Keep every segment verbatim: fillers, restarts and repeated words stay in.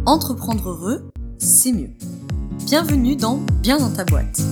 Entreprendre heureux, c'est mieux. Bienvenue dans Bien dans ta boîte.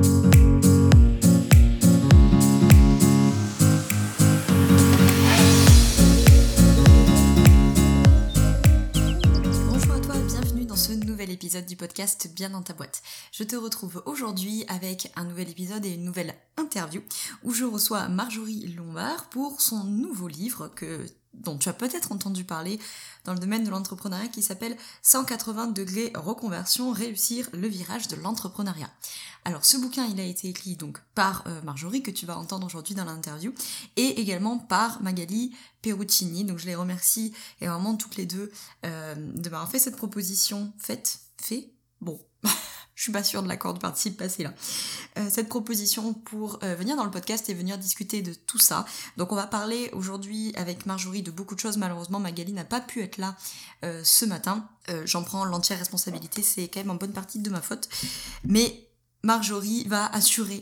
Bonjour à toi, bienvenue dans ce nouvel épisode du podcast Bien dans ta boîte. Je te retrouve aujourd'hui avec un nouvel épisode et une nouvelle interview où je reçois Marjorie Lombard pour son nouveau livre que dont tu as peut-être entendu parler dans le domaine de l'entrepreneuriat qui s'appelle cent quatre-vingts degrés reconversion, réussir le virage de l'entrepreneuriat. Alors ce bouquin il a été écrit donc par euh, Marjorie que tu vas entendre aujourd'hui dans l'interview et également par Magali Perruccini, donc je les remercie et vraiment toutes les deux euh, de m'avoir fait cette proposition faite, fait, bon... Je suis pas sûre de l'accord du participe passé là. Euh, cette proposition pour euh, venir dans le podcast et venir discuter de tout ça. Donc on va parler aujourd'hui avec Marjorie de beaucoup de choses. Malheureusement, Magali n'a pas pu être là euh, ce matin. Euh, j'en prends l'entière responsabilité, c'est quand même en bonne partie de ma faute. Mais Marjorie va assurer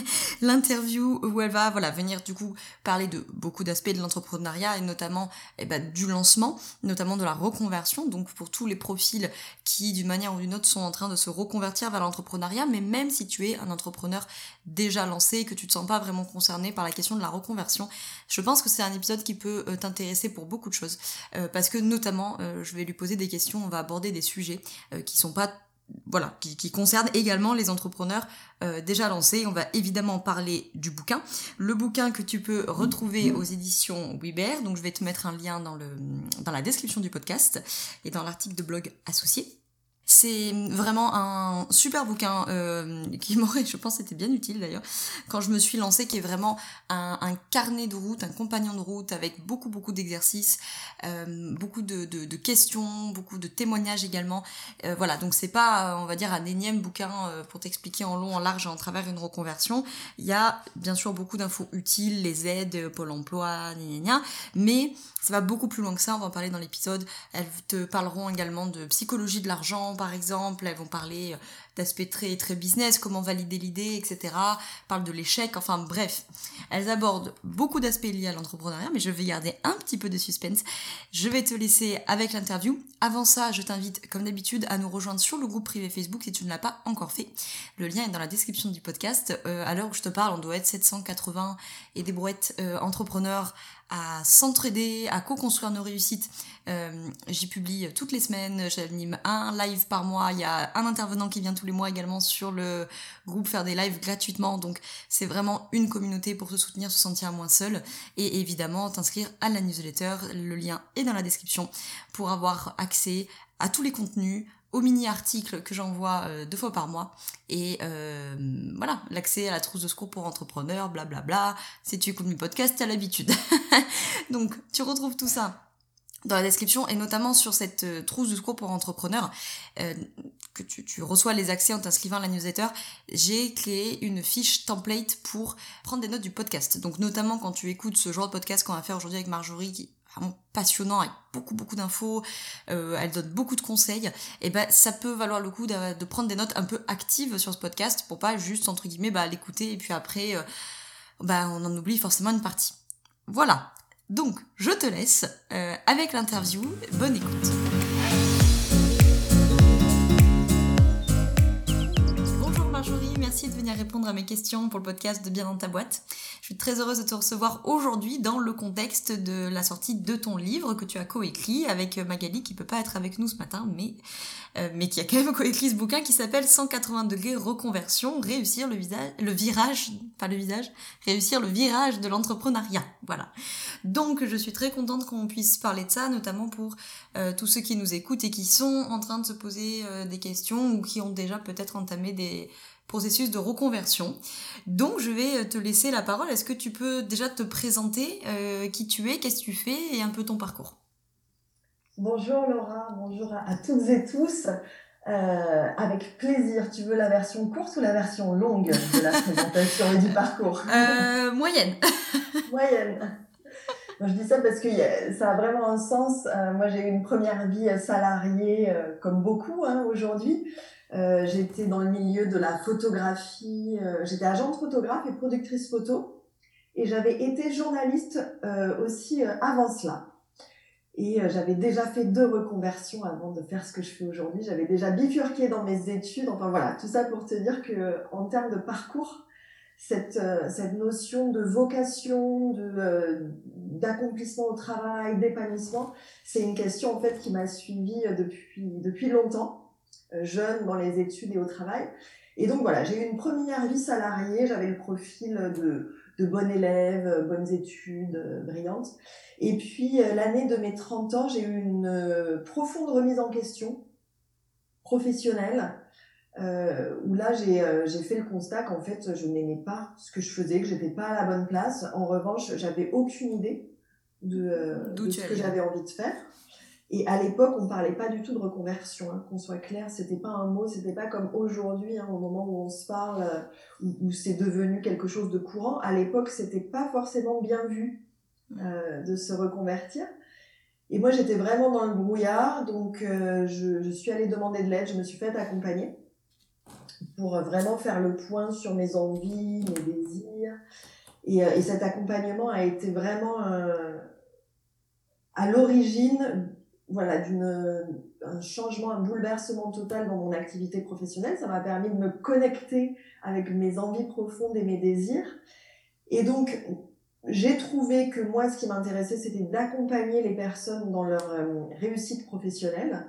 l'interview où elle va voilà venir du coup parler de beaucoup d'aspects de l'entrepreneuriat et notamment eh ben, du lancement, notamment de la reconversion, donc pour tous les profils qui d'une manière ou d'une autre sont en train de se reconvertir vers l'entrepreneuriat, mais même si tu es un entrepreneur déjà lancé et que tu te sens pas vraiment concerné par la question de la reconversion, je pense que c'est un épisode qui peut euh, t'intéresser pour beaucoup de choses, euh, parce que notamment euh, je vais lui poser des questions, on va aborder des sujets euh, qui sont pas Voilà, qui, qui concerne également les entrepreneurs euh, déjà lancés. On va évidemment parler du bouquin. Le bouquin que tu peux retrouver aux éditions Wibert, donc je vais te mettre un lien dans, le, dans la description du podcast et dans l'article de blog associé. C'est vraiment un super bouquin euh, qui m'aurait, je pense, été bien utile d'ailleurs, quand je me suis lancée, qui est vraiment un, un carnet de route, un compagnon de route avec beaucoup, beaucoup d'exercices, euh, beaucoup de, de, de questions, beaucoup de témoignages également. Euh, voilà, donc c'est pas, on va dire, un énième bouquin euh, pour t'expliquer en long, en large et en travers une reconversion. Il y a bien sûr beaucoup d'infos utiles, les aides, Pôle emploi, gna gna gna, mais ça va beaucoup plus loin que ça, on va en parler dans l'épisode. Elles te parleront également de psychologie de l'argent, par exemple, elles vont parler d'aspects très très business, comment valider l'idée, et cetera. Parlent de l'échec, enfin bref. Elles abordent beaucoup d'aspects liés à l'entrepreneuriat, mais je vais garder un petit peu de suspense. Je vais te laisser avec l'interview. Avant ça, je t'invite, comme d'habitude, à nous rejoindre sur le groupe privé Facebook si tu ne l'as pas encore fait. Le lien est dans la description du podcast. Euh, à l'heure où je te parle, on doit être sept cent quatre-vingts et des brouettes euh, entrepreneurs à s'entraider, à co-construire nos réussites. Euh, j'y publie toutes les semaines, j'anime un live par mois, il y a un intervenant qui vient tous les mois également sur le groupe faire des lives gratuitement, donc c'est vraiment une communauté pour te soutenir, se sentir moins seul, et évidemment t'inscrire à la newsletter, le lien est dans la description, pour avoir accès à tous les contenus, aux mini-articles que j'envoie euh, deux fois par mois, et euh, voilà, l'accès à la trousse de secours pour entrepreneurs, blablabla. Si tu écoutes mes podcasts, t'as l'habitude. Donc, tu retrouves tout ça dans la description, et notamment sur cette euh, trousse de secours pour entrepreneurs, euh, que tu, tu reçois les accès en t'inscrivant à la newsletter, j'ai créé une fiche template pour prendre des notes du podcast. Donc, notamment quand tu écoutes ce genre de podcast qu'on va faire aujourd'hui avec Marjorie, qui vraiment passionnant, avec beaucoup beaucoup d'infos, euh, elle donne beaucoup de conseils, et ben ça peut valoir le coup de, de prendre des notes un peu actives sur ce podcast pour pas juste entre guillemets bah l'écouter et puis après euh, bah on en oublie forcément une partie. Voilà, donc je te laisse euh, avec l'interview, bonne écoute. Bonjour Marjorie, merci de venir répondre à mes questions pour le podcast de Bien dans ta boîte. Je suis très heureuse de te recevoir aujourd'hui dans le contexte de la sortie de ton livre que tu as coécrit avec Magali qui peut pas être avec nous ce matin, mais, euh, mais qui a quand même coécrit ce bouquin qui s'appelle cent quatre-vingts degrés reconversion, réussir le visage, le virage, pas le visage, réussir le virage de l'entrepreneuriat. Voilà. Donc je suis très contente qu'on puisse parler de ça, notamment pour euh, tous ceux qui nous écoutent et qui sont en train de se poser euh, des questions ou qui ont déjà peut-être entamé des processus de reconversion. Donc je vais te laisser la parole. Est-ce que tu peux déjà te présenter euh, qui tu es, qu'est-ce que tu fais et un peu ton parcours? Bonjour Laura, bonjour à, à toutes et tous. Euh, avec plaisir. Tu veux la version courte ou la version longue de la présentation et du parcours? euh, Moyenne. Moyenne. Donc, je dis ça parce que y a, ça a vraiment un sens. Euh, moi, j'ai eu une première vie salariée, euh, comme beaucoup hein, aujourd'hui. Euh, j'étais dans le milieu de la photographie. Euh, j'étais agente photographe et productrice photo. Et j'avais été journaliste euh, aussi euh, avant cela. Et euh, j'avais déjà fait deux reconversions avant de faire ce que je fais aujourd'hui. J'avais déjà bifurqué dans mes études. Enfin voilà, tout ça pour te dire que en termes de parcours, cette euh, cette notion de vocation, de euh, d'accomplissement au travail, d'épanouissement, c'est une question en fait qui m'a suivie depuis depuis longtemps, euh, jeune dans les études et au travail. Et donc voilà, j'ai eu une première vie salariée. J'avais le profil de de bonne élève, euh, bonnes études, euh, brillante. Et puis, euh, l'année de mes trente ans, j'ai eu une euh, profonde remise en question professionnelle, euh, où là, j'ai, euh, j'ai fait le constat qu'en fait, je n'aimais pas ce que je faisais, que j'étais pas à la bonne place. En revanche, j'avais aucune idée de, euh, D'où de tu ce que allais. j'avais envie de faire. Et à l'époque, on parlait pas du tout de reconversion, hein, qu'on soit clair, c'était pas un mot, c'était pas comme aujourd'hui, hein, au moment où on se parle, euh, où, où c'est devenu quelque chose de courant. À l'époque, c'était pas forcément bien vu euh, de se reconvertir. Et moi, j'étais vraiment dans le brouillard, donc euh, je, je suis allée demander de l'aide, je me suis faite accompagner pour euh, vraiment faire le point sur mes envies, mes désirs. Et, euh, et cet accompagnement a été vraiment euh, à l'origine, voilà, d'une un changement, un bouleversement total dans mon activité professionnelle. Ça m'a permis de me connecter avec mes envies profondes et mes désirs. Et donc, j'ai trouvé que moi, ce qui m'intéressait, c'était d'accompagner les personnes dans leur euh, réussite professionnelle.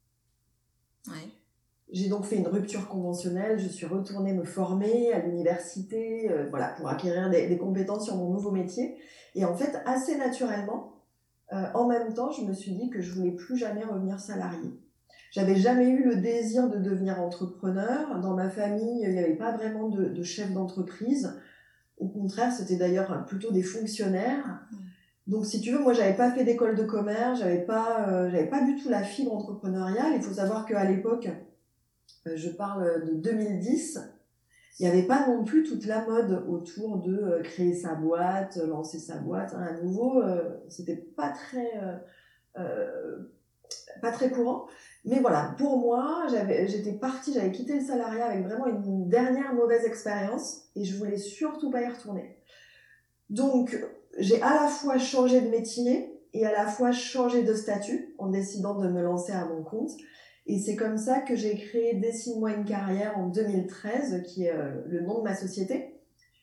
Ouais. J'ai donc fait une rupture conventionnelle, je suis retournée me former à l'université, euh, voilà, pour acquérir des, des compétences sur mon nouveau métier. Et en fait, assez naturellement, euh, en même temps, je me suis dit que je voulais plus jamais revenir salariée. J'avais jamais eu le désir de devenir entrepreneur. Dans ma famille, il n'y avait pas vraiment de, de chef d'entreprise. Au contraire, c'était d'ailleurs plutôt des fonctionnaires. Donc, si tu veux, moi, j'avais pas fait d'école de commerce, j'avais pas, euh, j'avais pas du tout la fibre entrepreneuriale. Il faut savoir qu'à l'époque, euh, je parle de deux mille dix, il n'y avait pas non plus toute la mode autour de euh, créer sa boîte, lancer sa boîte. Hein. À nouveau, euh, c'était pas très, euh, euh, pas très courant. Mais voilà, pour moi, j'avais, j'étais partie, j'avais quitté le salariat avec vraiment une dernière mauvaise expérience et je voulais surtout pas y retourner. Donc, j'ai à la fois changé de métier et à la fois changé de statut en décidant de me lancer à mon compte. Et c'est comme ça que j'ai créé Dessine-moi une carrière en deux mille treize, qui est euh, le nom de ma société.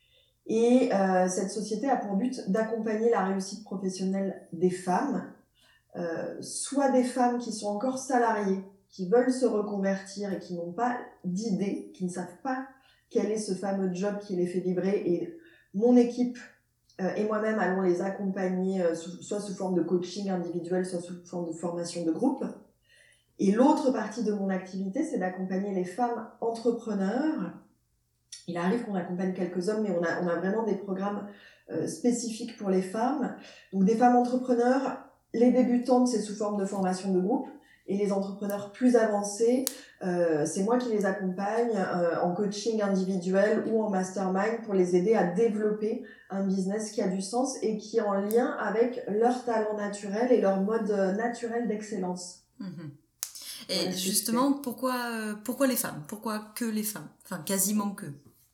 Et euh, cette société a pour but d'accompagner la réussite professionnelle des femmes, euh, soit des femmes qui sont encore salariées, qui veulent se reconvertir et qui n'ont pas d'idée, qui ne savent pas quel est ce fameux job qui les fait vibrer. Et mon équipe euh, et moi-même allons les accompagner euh, sous, soit sous forme de coaching individuel, soit sous forme de formation de groupe. Et l'autre partie de mon activité, c'est d'accompagner les femmes entrepreneurs. Il arrive qu'on accompagne quelques hommes, mais on a, on a vraiment des programmes euh, spécifiques pour les femmes. Donc des femmes entrepreneurs, les débutantes, c'est sous forme de formation de groupe. Et les entrepreneurs plus avancés, euh, c'est moi qui les accompagne euh, en coaching individuel ou en mastermind pour les aider à développer un business qui a du sens et qui est en lien avec leur talent naturel et leur mode naturel d'excellence. Mmh. Et voilà justement, pourquoi, euh, pourquoi les femmes? Pourquoi que les femmes? Enfin, quasiment que.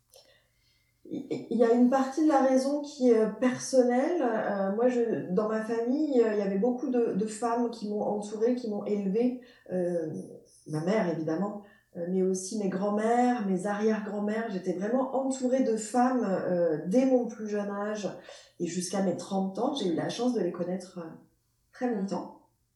Il y a une partie de la raison qui est personnelle. Euh, moi, je, dans ma famille, il y avait beaucoup de, de femmes qui m'ont entourée, qui m'ont élevée. Euh, ma mère, évidemment, euh, mais aussi mes grands-mères, mes arrière-grands-mères. J'étais vraiment entourée de femmes euh, dès mon plus jeune âge. Et jusqu'à mes trente ans, j'ai eu la chance de les connaître euh, très longtemps.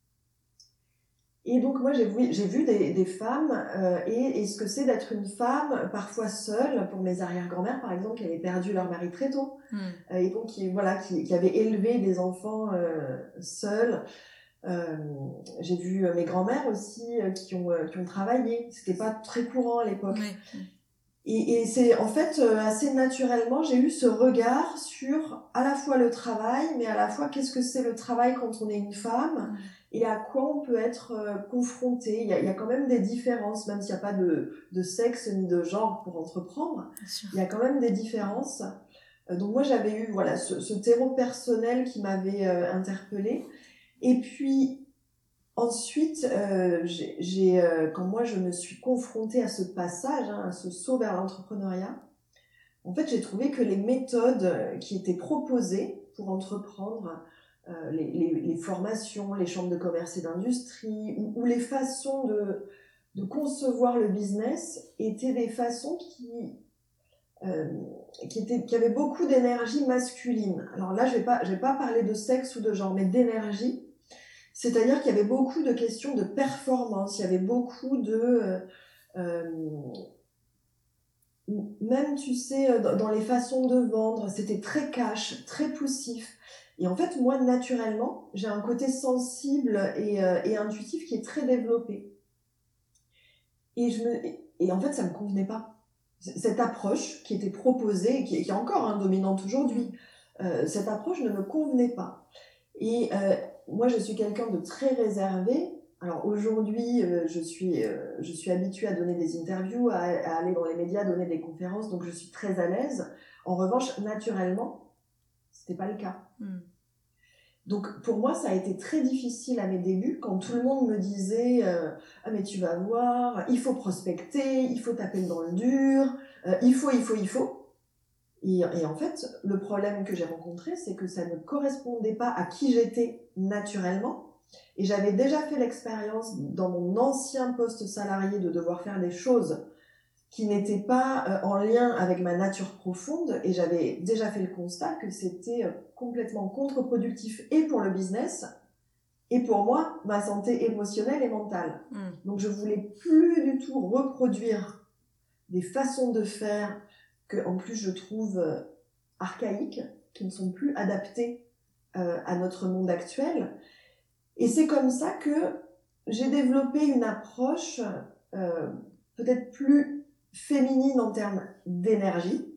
Et donc moi j'ai vu, j'ai vu des, des femmes euh, et, et ce que c'est d'être une femme parfois seule, pour mes arrière-grand-mères par exemple, qui avaient perdu leur mari très tôt, mmh. euh, et donc qui, voilà, qui, qui avaient élevé des enfants euh, seuls. Euh, j'ai vu mes grands-mères aussi euh, qui, ont, euh, qui ont travaillé, c'était pas très courant à l'époque. Oui. Et, et c'est en fait euh, assez naturellement, j'ai eu ce regard sur à la fois le travail, mais à la fois qu'est-ce que c'est le travail quand on est une femme, mmh. et à quoi on peut être euh, confronté. Il y, a, il y a quand même des différences, même s'il n'y a pas de, de sexe ni de genre pour entreprendre. Il y a quand même des différences. Euh, donc moi j'avais eu voilà ce, ce terreau personnel qui m'avait euh, interpellée. Et puis ensuite, euh, j'ai, j'ai, euh, quand moi je me suis confrontée à ce passage, hein, à ce saut vers l'entrepreneuriat, en fait j'ai trouvé que les méthodes qui étaient proposées pour entreprendre euh, les, les, les formations, les chambres de commerce et d'industrie, ou, ou les façons de, de concevoir le business étaient des façons qui, euh, qui, étaient, qui avaient beaucoup d'énergie masculine. Alors là, je ne vais pas, je vais pas parler de sexe ou de genre, mais d'énergie. C'est-à-dire qu'il y avait beaucoup de questions de performance, il y avait beaucoup de... Euh, euh, même, tu sais, dans les façons de vendre, c'était très cash, très poussif. Et en fait, moi, naturellement, j'ai un côté sensible et, euh, et intuitif qui est très développé. Et, je me, et en fait, ça ne me convenait pas. Cette approche qui était proposée, qui est, qui est encore hein, dominante aujourd'hui, euh, cette approche ne me convenait pas. Et euh, moi, je suis quelqu'un de très réservé. Alors aujourd'hui, euh, je suis, euh, je suis habituée à donner des interviews, à, à aller dans les médias, donner des conférences, donc je suis très à l'aise. En revanche, naturellement, c'était pas le cas. Mm. Donc pour moi, ça a été très difficile à mes débuts quand tout le monde me disait euh, ah mais tu vas voir, il faut prospecter, il faut taper dans le dur, euh, il faut, il faut, il faut. Et, et en fait, le problème que j'ai rencontré, c'est que ça ne correspondait pas à qui j'étais naturellement. Et j'avais déjà fait l'expérience dans mon ancien poste salarié de devoir faire des choses qui n'étaient pas euh, en lien avec ma nature profonde. Et j'avais déjà fait le constat que c'était euh, complètement contre-productif et pour le business, et pour moi, ma santé émotionnelle et mentale. Mmh. Donc je voulais plus du tout reproduire des façons de faire que, en plus, je trouve euh, archaïques, qui ne sont plus adaptées euh, à notre monde actuel. Et c'est comme ça que j'ai développé une approche euh, peut-être plus féminine en termes d'énergie.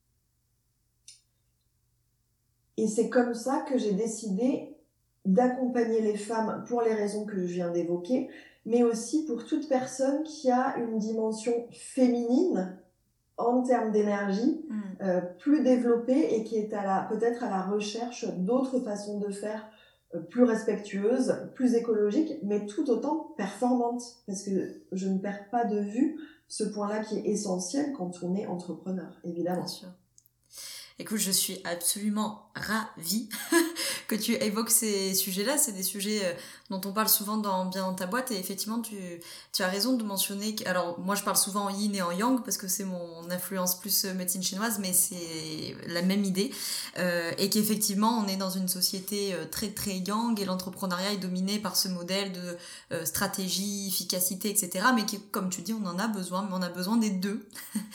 Et c'est comme ça que j'ai décidé d'accompagner les femmes pour les raisons que je viens d'évoquer, mais aussi pour toute personne qui a une dimension féminine en termes d'énergie, mmh. euh, plus développée et qui est à la, peut-être à la recherche d'autres façons de faire euh, plus respectueuses, plus écologiques, mais tout autant performantes. Parce que je ne perds pas de vue ce point-là qui est essentiel quand on est entrepreneur, évidemment. Bien sûr. Écoute, je suis absolument ravie que tu évoques ces sujets-là. C'est des sujets dont on parle souvent dans Bien dans ta boîte. Et effectivement, tu, tu as raison de mentionner... Que, alors, moi, je parle souvent en yin et en yang parce que c'est mon influence plus médecine chinoise, mais c'est la même idée. Euh, et qu'effectivement, on est dans une société très, très yang et l'entrepreneuriat est dominé par ce modèle de euh, stratégie, efficacité, et cetera. Mais qui, comme tu dis, on en a besoin, mais on a besoin des deux.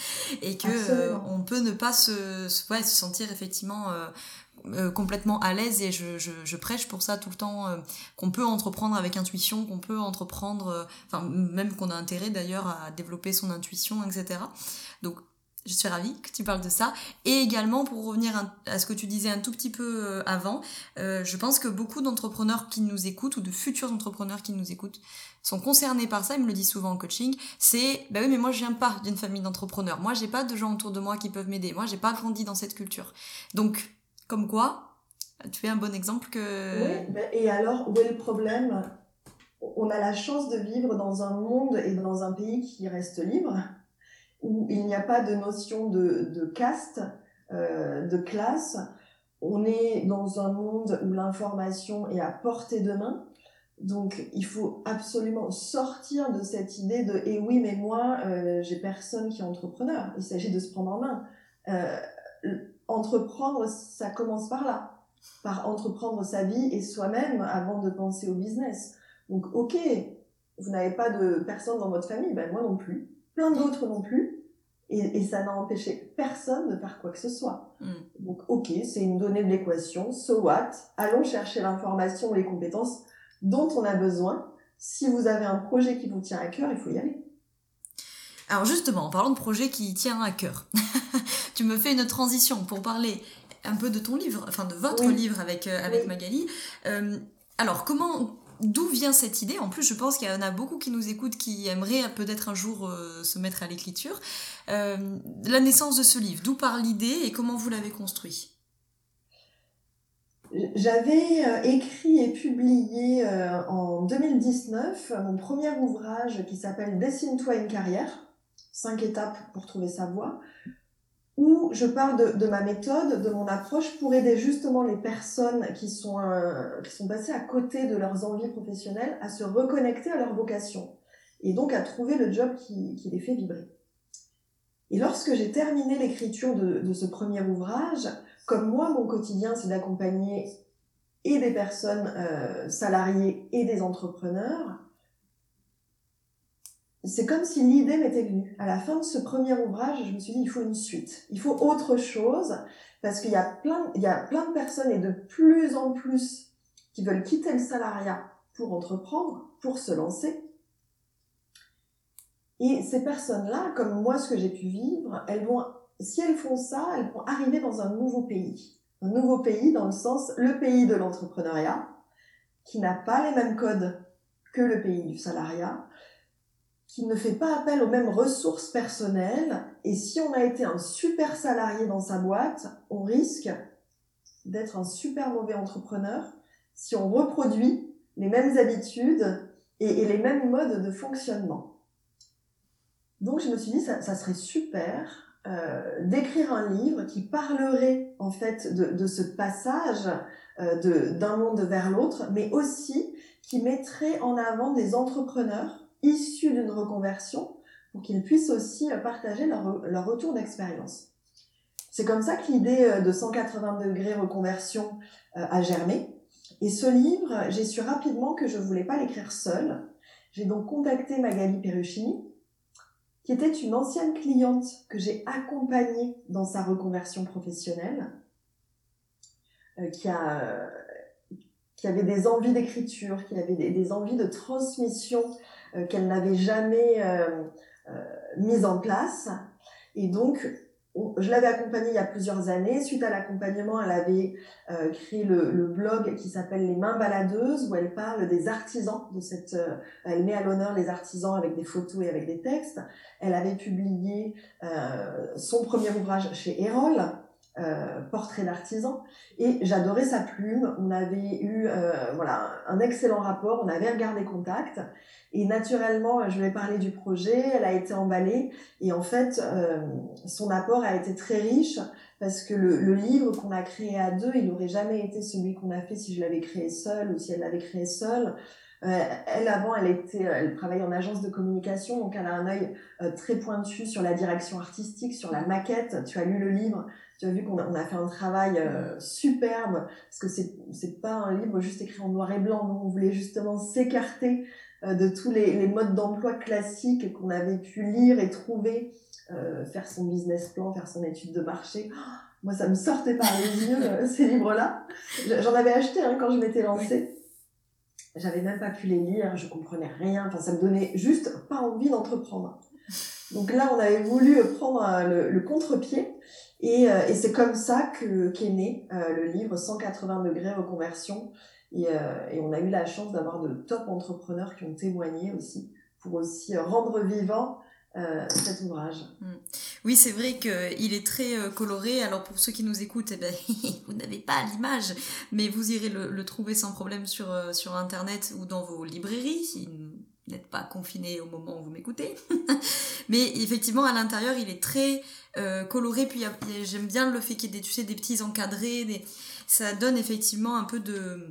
Et que euh, on peut ne pas se... se ouais, se sentir effectivement euh, euh, complètement à l'aise et je, je, je prêche pour ça tout le temps euh, qu'on peut entreprendre avec intuition, qu'on peut entreprendre, enfin euh, même qu'on a intérêt d'ailleurs à développer son intuition, et cetera. Donc je suis ravie que tu parles de ça. Et également, pour revenir à ce que tu disais un tout petit peu avant, euh, je pense que beaucoup d'entrepreneurs qui nous écoutent ou de futurs entrepreneurs qui nous écoutent sont concernés par ça, ils me le disent souvent en coaching, c'est « bah oui, mais moi je viens pas d'une famille d'entrepreneurs, moi j'ai pas de gens autour de moi qui peuvent m'aider, moi j'ai pas grandi dans cette culture. » Donc, comme quoi, tu es un bon exemple que... Oui, et alors, où est le problème ? On a la chance de vivre dans un monde et dans un pays qui reste libre, où il n'y a pas de notion de, de caste, euh, de classe. On est dans un monde où l'information est à portée de main. Donc, il faut absolument sortir de cette idée de « eh oui, mais moi, euh, j'ai personne qui est entrepreneur ». Il s'agit de se prendre en main. Euh, entreprendre, ça commence par là, par entreprendre sa vie et soi-même avant de penser au business. Donc, ok, vous n'avez pas de personne dans votre famille, ben moi non plus, plein d'autres non plus, et, et ça n'a empêché personne de faire quoi que ce soit. Mm. Donc, ok, c'est une donnée de l'équation, so what, allons chercher l'information, les compétences dont on a besoin. Si vous avez un projet qui vous tient à cœur, il faut y aller. Alors justement, en parlant de projet qui tient à cœur, tu me fais une transition pour parler un peu de ton livre, enfin de votre oui. livre avec, euh, avec oui. Magali. Euh, alors, comment... D'où vient cette idée ? En plus, je pense qu'il y en a beaucoup qui nous écoutent qui aimeraient peut-être un jour euh, se mettre à l'écriture. Euh, la naissance de ce livre, d'où part l'idée et comment vous l'avez construit ? J'avais euh, écrit et publié euh, en deux mille dix-neuf mon premier ouvrage qui s'appelle « Dessine-toi une carrière », cinq étapes pour trouver sa voie. où je parle de, de ma méthode, de mon approche pour aider justement les personnes qui sont, euh, qui sont passées à côté de leurs envies professionnelles à se reconnecter à leur vocation et donc à trouver le job qui, qui les fait vibrer. Et lorsque j'ai terminé l'écriture de, de ce premier ouvrage, comme moi, mon quotidien, c'est d'accompagner et des personnes euh, salariées et des entrepreneurs, c'est comme si l'idée m'était venue. À la fin de ce premier ouvrage, je me suis dit, il faut une suite. Il faut autre chose, parce qu'il y a plein, il y a plein de personnes et de plus en plus qui veulent quitter le salariat pour entreprendre, pour se lancer. Et ces personnes-là, comme moi, ce que j'ai pu vivre, elles vont, si elles font ça, elles vont arriver dans un nouveau pays. Un nouveau pays dans le sens, le pays de l'entrepreneuriat, qui n'a pas les mêmes codes que le pays du salariat, qui ne fait pas appel aux mêmes ressources personnelles. Et si on a été un super salarié dans sa boîte, on risque d'être un super mauvais entrepreneur si on reproduit les mêmes habitudes et, et les mêmes modes de fonctionnement. Donc je me suis dit, ça, ça serait super euh, d'écrire un livre qui parlerait en fait de, de ce passage euh, de, d'un monde vers l'autre, mais aussi qui mettrait en avant des entrepreneurs issus d'une reconversion pour qu'ils puissent aussi partager leur, leur retour d'expérience. C'est comme ça que l'idée de cent quatre-vingts degrés reconversion euh, a germé. Et ce livre, j'ai su rapidement que je voulais pas l'écrire seule. J'ai donc contacté Magali Peruchini, qui était une ancienne cliente que j'ai accompagnée dans sa reconversion professionnelle, euh, qui a, euh, qui avait des envies d'écriture, qui avait des, des envies de transmission euh, qu'elle n'avait jamais euh, euh, mises en place. Et donc, on, je l'avais accompagnée il y a plusieurs années. Suite à l'accompagnement, elle avait euh, créé le, le blog qui s'appelle Les Mains Baladeuses, où elle parle des artisans de cette. Euh, elle met à l'honneur les artisans avec des photos et avec des textes. Elle avait publié euh, son premier ouvrage chez Erol, euh, Portrait d'artisan, et j'adorais sa plume. On avait eu euh, voilà un excellent rapport, on avait regardé contact, et naturellement je lui ai parlé du projet. Elle a été emballée, et en fait euh, son apport a été très riche, parce que le, le livre qu'on a créé à deux, il n'aurait jamais été celui qu'on a fait si je l'avais créé seule ou si elle l'avait créé seule. Euh, elle, avant, elle était, elle travaillait en agence de communication, donc elle a un œil euh, très pointu sur la direction artistique, sur la maquette. Tu as lu le livre, tu as vu qu'on a, on a fait un travail euh, superbe, parce que c'est, c'est pas un livre juste écrit en noir et blanc. Nous, on voulait justement s'écarter euh, de tous les, les modes d'emploi classiques qu'on avait pu lire et trouver, euh, faire son business plan, faire son étude de marché. Oh, moi, ça me sortait par les yeux, euh, ces livres-là. J'en avais acheté hein, quand je m'étais lancée. J'avais même pas pu les lire, je comprenais rien, enfin ça me donnait juste pas envie d'entreprendre. Donc là, on avait voulu prendre le, le contre-pied, et, et c'est comme ça que, qu'est né euh, le livre cent quatre-vingts degrés reconversion, et, euh, et on a eu la chance d'avoir de top entrepreneurs qui ont témoigné aussi, pour aussi rendre vivant Euh, cet ouvrage. Oui, c'est vrai qu'il est très euh, coloré. Alors pour ceux qui nous écoutent, eh ben, vous n'avez pas l'image, mais vous irez le, le trouver sans problème sur, euh, sur Internet ou dans vos librairies, si vous n'êtes pas confinés au moment où vous m'écoutez. Mais effectivement, à l'intérieur, il est très euh, coloré. Puis y a, y a, j'aime bien le fait qu'il y ait des, tu sais, des petits encadrés. Des... Ça donne effectivement un peu de...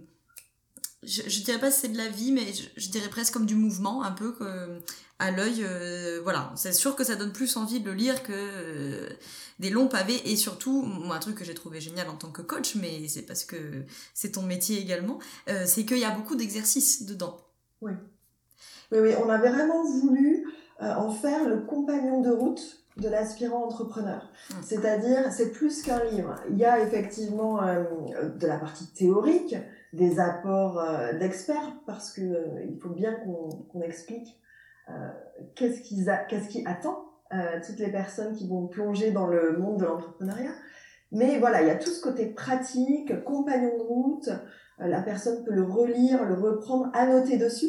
Je, je dirais pas que c'est de la vie, mais je, je dirais presque comme du mouvement, un peu que, à l'œil. Euh, voilà, c'est sûr que ça donne plus envie de le lire que euh, des longs pavés. Et surtout, moi, un truc que j'ai trouvé génial en tant que coach, mais c'est parce que c'est ton métier également, euh, c'est qu'il y a beaucoup d'exercices dedans. Oui, oui, oui, on avait vraiment voulu euh, en faire le compagnon de route de l'aspirant entrepreneur. Mmh. C'est-à-dire, c'est plus qu'un livre. Il y a effectivement euh, de la partie théorique, des apports euh, d'experts, parce que euh, il faut bien qu'on, qu'on explique euh, qu'est-ce, qu'ils a, qu'est-ce qui attend euh, toutes les personnes qui vont plonger dans le monde de l'entrepreneuriat. Mais voilà, il y a tout ce côté pratique, compagnon de route. Euh, la personne peut le relire, le reprendre, annoter dessus.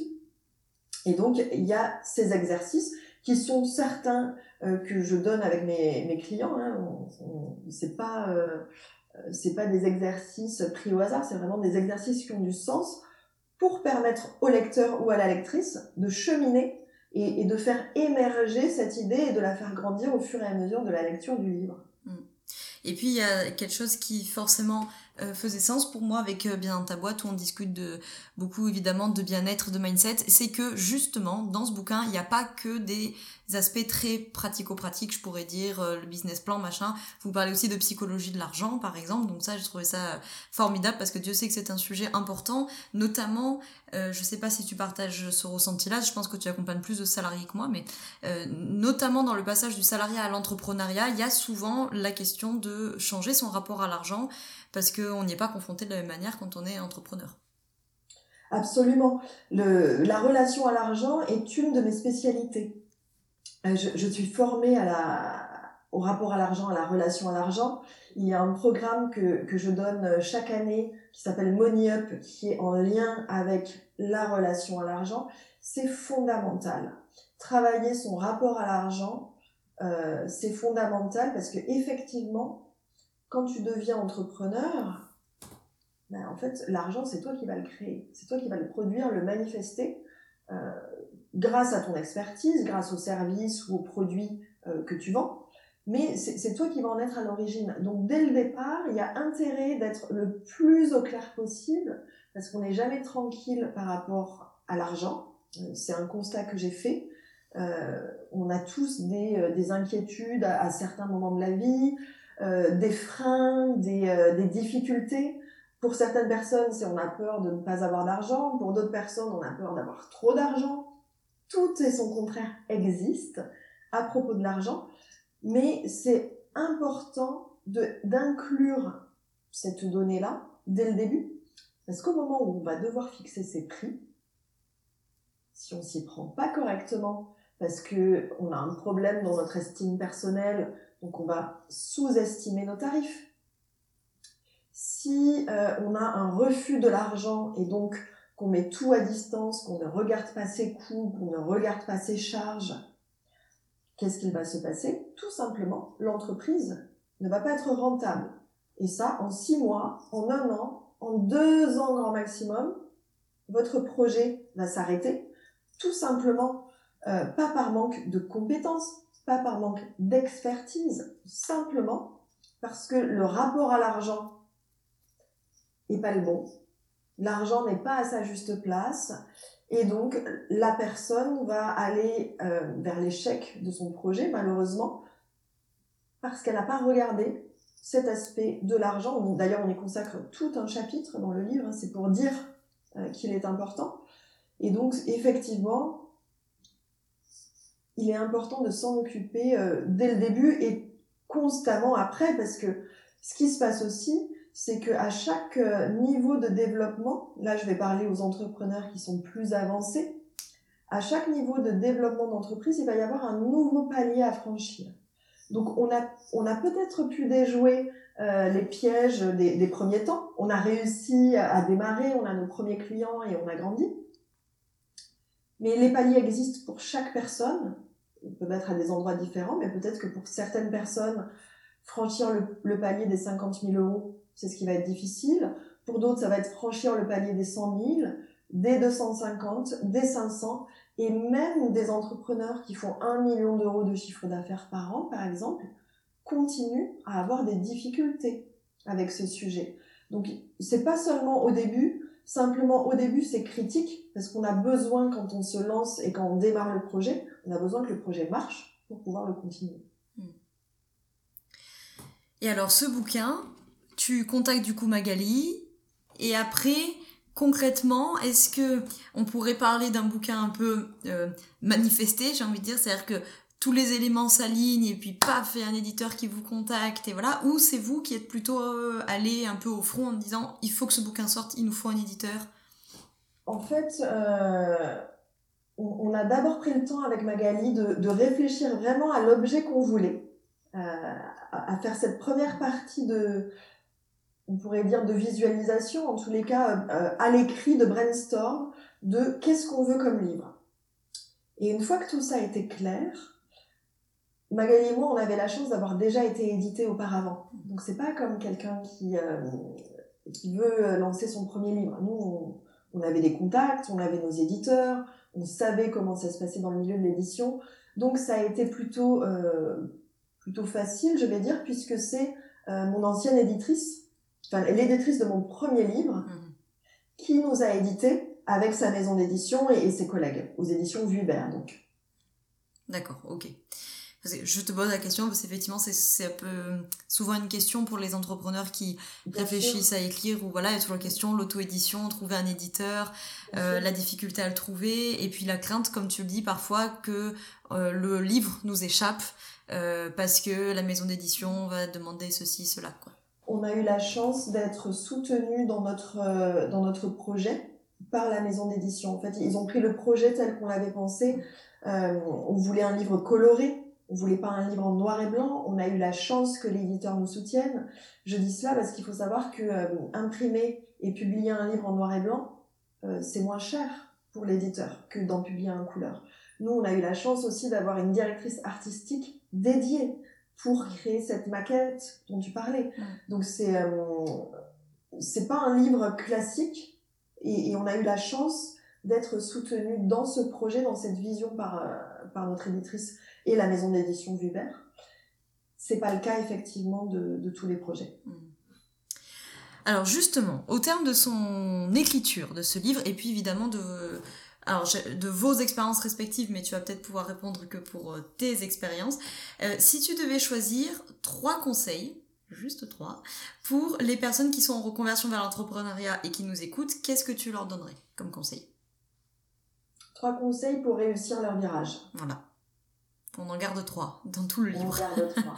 Et donc, il y a ces exercices qui sont certains euh, que je donne avec mes, mes clients. Hein. On, on, c'est pas, euh, c'est pas des exercices pris au hasard, c'est vraiment des exercices qui ont du sens pour permettre au lecteur ou à la lectrice de cheminer et, et de faire émerger cette idée et de la faire grandir au fur et à mesure de la lecture du livre. Et puis il y a quelque chose qui forcément euh, faisait sens pour moi avec euh, Bien dans ta boîte, où on discute de beaucoup évidemment de bien-être, de mindset, c'est que justement dans ce bouquin il n'y a pas que des aspects très pratico-pratiques, je pourrais dire euh, le business plan machin. Vous parlez aussi de psychologie de l'argent par exemple, donc ça j'ai trouvé ça formidable parce que Dieu sait que c'est un sujet important, notamment euh, je sais pas si tu partages ce ressenti-là, je pense que tu accompagnes plus de salariés que moi, mais euh, notamment dans le passage du salariat à l'entrepreneuriat, il y a souvent la question de changer son rapport à l'argent parce qu'on n'y est pas confronté de la même manière quand on est entrepreneur. Absolument. Le, la relation à l'argent est une de mes spécialités. Je, je suis formée à la, au rapport à l'argent, à la relation à l'argent. Il y a un programme que, que je donne chaque année qui s'appelle Money Up, qui est en lien avec la relation à l'argent. C'est fondamental. Travailler son rapport à l'argent, euh, c'est fondamental parce que effectivement, quand tu deviens entrepreneur, ben en fait, l'argent, c'est toi qui vas le créer. C'est toi qui vas le produire, le manifester. Euh, grâce à ton expertise, grâce aux services ou aux produits euh, que tu vends, mais c'est, c'est toi qui vas en être à l'origine. Donc dès le départ, il y a intérêt d'être le plus au clair possible, parce qu'on n'est jamais tranquille par rapport à l'argent. Euh, c'est un constat que j'ai fait. Euh, on a tous des, euh, des inquiétudes à, à certains moments de la vie, euh, des freins, des, euh, des difficultés. Pour certaines personnes, c'est on a peur de ne pas avoir d'argent. Pour d'autres personnes, on a peur d'avoir trop d'argent. Tout et son contraire existe à propos de l'argent, mais c'est important de, d'inclure cette donnée-là dès le début, parce qu'au moment où on va devoir fixer ses prix, si on s'y prend pas correctement, parce que on a un problème dans notre estime personnelle, donc on va sous-estimer nos tarifs. Si euh, on a un refus de l'argent et donc qu'on met tout à distance, qu'on ne regarde pas ses coûts, qu'on ne regarde pas ses charges, qu'est-ce qu'il va se passer? Tout simplement, l'entreprise ne va pas être rentable. Et ça, en six mois, en un an, en deux ans grand maximum, votre projet va s'arrêter. Tout simplement, euh, pas par manque de compétences, pas par manque d'expertise, simplement parce que le rapport à l'argent est pas le bon. L'argent n'est pas à sa juste place et donc la personne va aller euh, vers l'échec de son projet, malheureusement, parce qu'elle n'a pas regardé cet aspect de l'argent. D'ailleurs, on y consacre tout un chapitre dans le livre, hein, c'est pour dire euh, qu'il est important. Et donc, effectivement, il est important de s'en occuper euh, dès le début et constamment après, parce que ce qui se passe aussi, c'est qu'à chaque niveau de développement, là je vais parler aux entrepreneurs qui sont plus avancés, à chaque niveau de développement d'entreprise, il va y avoir un nouveau palier à franchir. Donc on a, on a peut-être pu déjouer euh, les pièges des, des premiers temps, on a réussi à démarrer, on a nos premiers clients et on a grandi. Mais les paliers existent pour chaque personne, ils peuvent être à des endroits différents, mais peut-être que pour certaines personnes, franchir le, le palier des cinquante mille euros, c'est ce qui va être difficile. Pour d'autres, ça va être franchir le palier des cent mille, des deux cent cinquante, des cinq cents, et même des entrepreneurs qui font un million d'euros de chiffre d'affaires par an, par exemple, continuent à avoir des difficultés avec ce sujet. Donc, c'est pas seulement au début, simplement au début, c'est critique, parce qu'on a besoin, quand on se lance et quand on démarre le projet, on a besoin que le projet marche pour pouvoir le continuer. Et alors, ce bouquin, tu contactes du coup Magali, et après, concrètement, est-ce que on pourrait parler d'un bouquin un peu euh, manifesté, j'ai envie de dire, c'est-à-dire que tous les éléments s'alignent et puis paf, il y a un éditeur qui vous contacte et voilà, ou c'est vous qui êtes plutôt euh, allé un peu au front en disant il faut que ce bouquin sorte, il nous faut un éditeur? En fait, euh, on, on a d'abord pris le temps avec Magali de, de réfléchir vraiment à l'objet qu'on voulait. Euh, à, à faire cette première partie de, on pourrait dire de visualisation, en tous les cas euh, à l'écrit, de brainstorm, de qu'est-ce qu'on veut comme livre. Et une fois que tout ça a été clair, Magali et moi, on avait la chance d'avoir déjà été édité auparavant. Donc c'est pas comme quelqu'un qui, euh, qui veut lancer son premier livre. Nous, on, on avait des contacts, on avait nos éditeurs, on savait comment ça se passait dans le milieu de l'édition. Donc ça a été plutôt... Euh, plutôt facile, je vais dire, puisque c'est euh, mon ancienne éditrice, enfin l'éditrice de mon premier livre, mmh. qui nous a édité avec sa maison d'édition et, et ses collègues, aux éditions Vuibert, donc. D'accord, ok. Je te pose la question parce qu'effectivement c'est, c'est un peu souvent une question pour les entrepreneurs qui Bien réfléchissent sûr. à écrire ou voilà, il y a toujours la question, l'auto-édition, trouver un éditeur, euh, la difficulté à le trouver et puis la crainte, comme tu le dis parfois, que euh, le livre nous échappe euh, parce que la maison d'édition va demander ceci, cela, quoi. On a eu la chance d'être soutenus dans notre, euh, dans notre projet par la maison d'édition. En fait, ils ont pris le projet tel qu'on l'avait pensé. Euh, on voulait un livre coloré. On voulait pas un livre en noir et blanc. On a eu la chance que l'éditeur nous soutienne. Je dis cela parce qu'il faut savoir que euh, imprimer et publier un livre en noir et blanc, euh, c'est moins cher pour l'éditeur que d'en publier en couleur. Nous, on a eu la chance aussi d'avoir une directrice artistique dédiée pour créer cette maquette dont tu parlais. Donc c'est euh, c'est pas un livre classique et, et on a eu la chance d'être soutenu dans ce projet, dans cette vision par euh, par notre éditrice et la maison d'édition Vuibert. C'est pas le cas effectivement de, de tous les projets. Alors justement, au terme de son écriture de ce livre, et puis évidemment de, alors, de vos expériences respectives, mais tu vas peut-être pouvoir répondre que pour euh, tes expériences, euh, si tu devais choisir trois conseils, juste trois, pour les personnes qui sont en reconversion vers l'entrepreneuriat et qui nous écoutent, qu'est-ce que tu leur donnerais comme conseil ? Trois conseils pour réussir leur virage. Voilà. On en garde trois dans tout le livre. On en garde trois.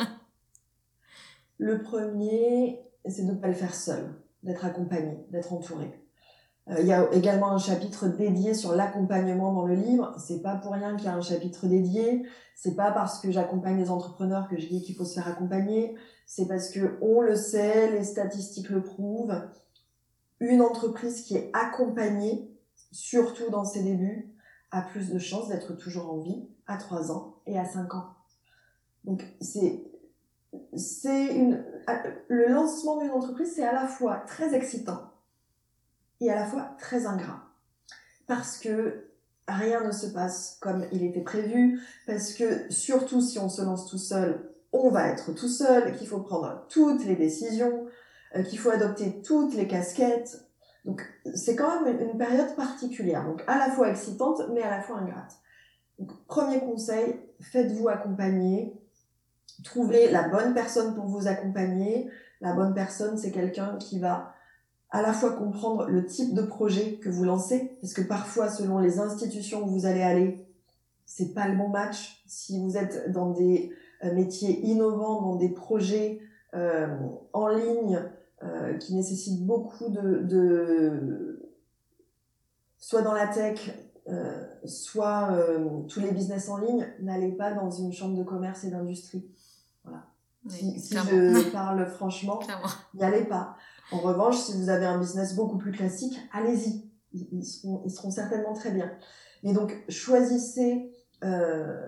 Le premier, c'est de ne pas le faire seul, d'être accompagné, d'être entouré. Euh, il y a également un chapitre dédié sur l'accompagnement dans le livre. C'est pas pour rien qu'il y a un chapitre dédié. C'est pas parce que j'accompagne les entrepreneurs que je dis qu'il faut se faire accompagner. C'est parce que on le sait, les statistiques le prouvent. Une entreprise qui est accompagnée, surtout dans ses débuts, a plus de chances d'être toujours en vie à trois ans et à cinq ans. Donc c'est c'est une le lancement d'une entreprise, c'est à la fois très excitant et à la fois très ingrat. Parce que rien ne se passe comme il était prévu, parce que surtout si on se lance tout seul, on va être tout seul, qu'il faut prendre toutes les décisions, euh, qu'il faut adopter toutes les casquettes. Donc c'est quand même une, une période particulière, donc à la fois excitante, mais à la fois ingrate. Donc premier conseil, faites-vous accompagner, trouvez la bonne personne pour vous accompagner. La bonne personne, c'est quelqu'un qui va à la fois comprendre le type de projet que vous lancez, parce que parfois, selon les institutions où vous allez aller, c'est pas le bon match. Si vous êtes dans des euh, métiers innovants, dans des projets euh, en ligne euh, qui nécessitent beaucoup de, de soit dans la tech, euh, soit euh, tous les business en ligne, n'allez pas dans une chambre de commerce et d'industrie. Voilà. Oui, si si je parle franchement, n'y allez pas. En revanche, si vous avez un business beaucoup plus classique, allez-y. Ils, ils, seront, ils seront certainement très bien. Et donc, choisissez euh,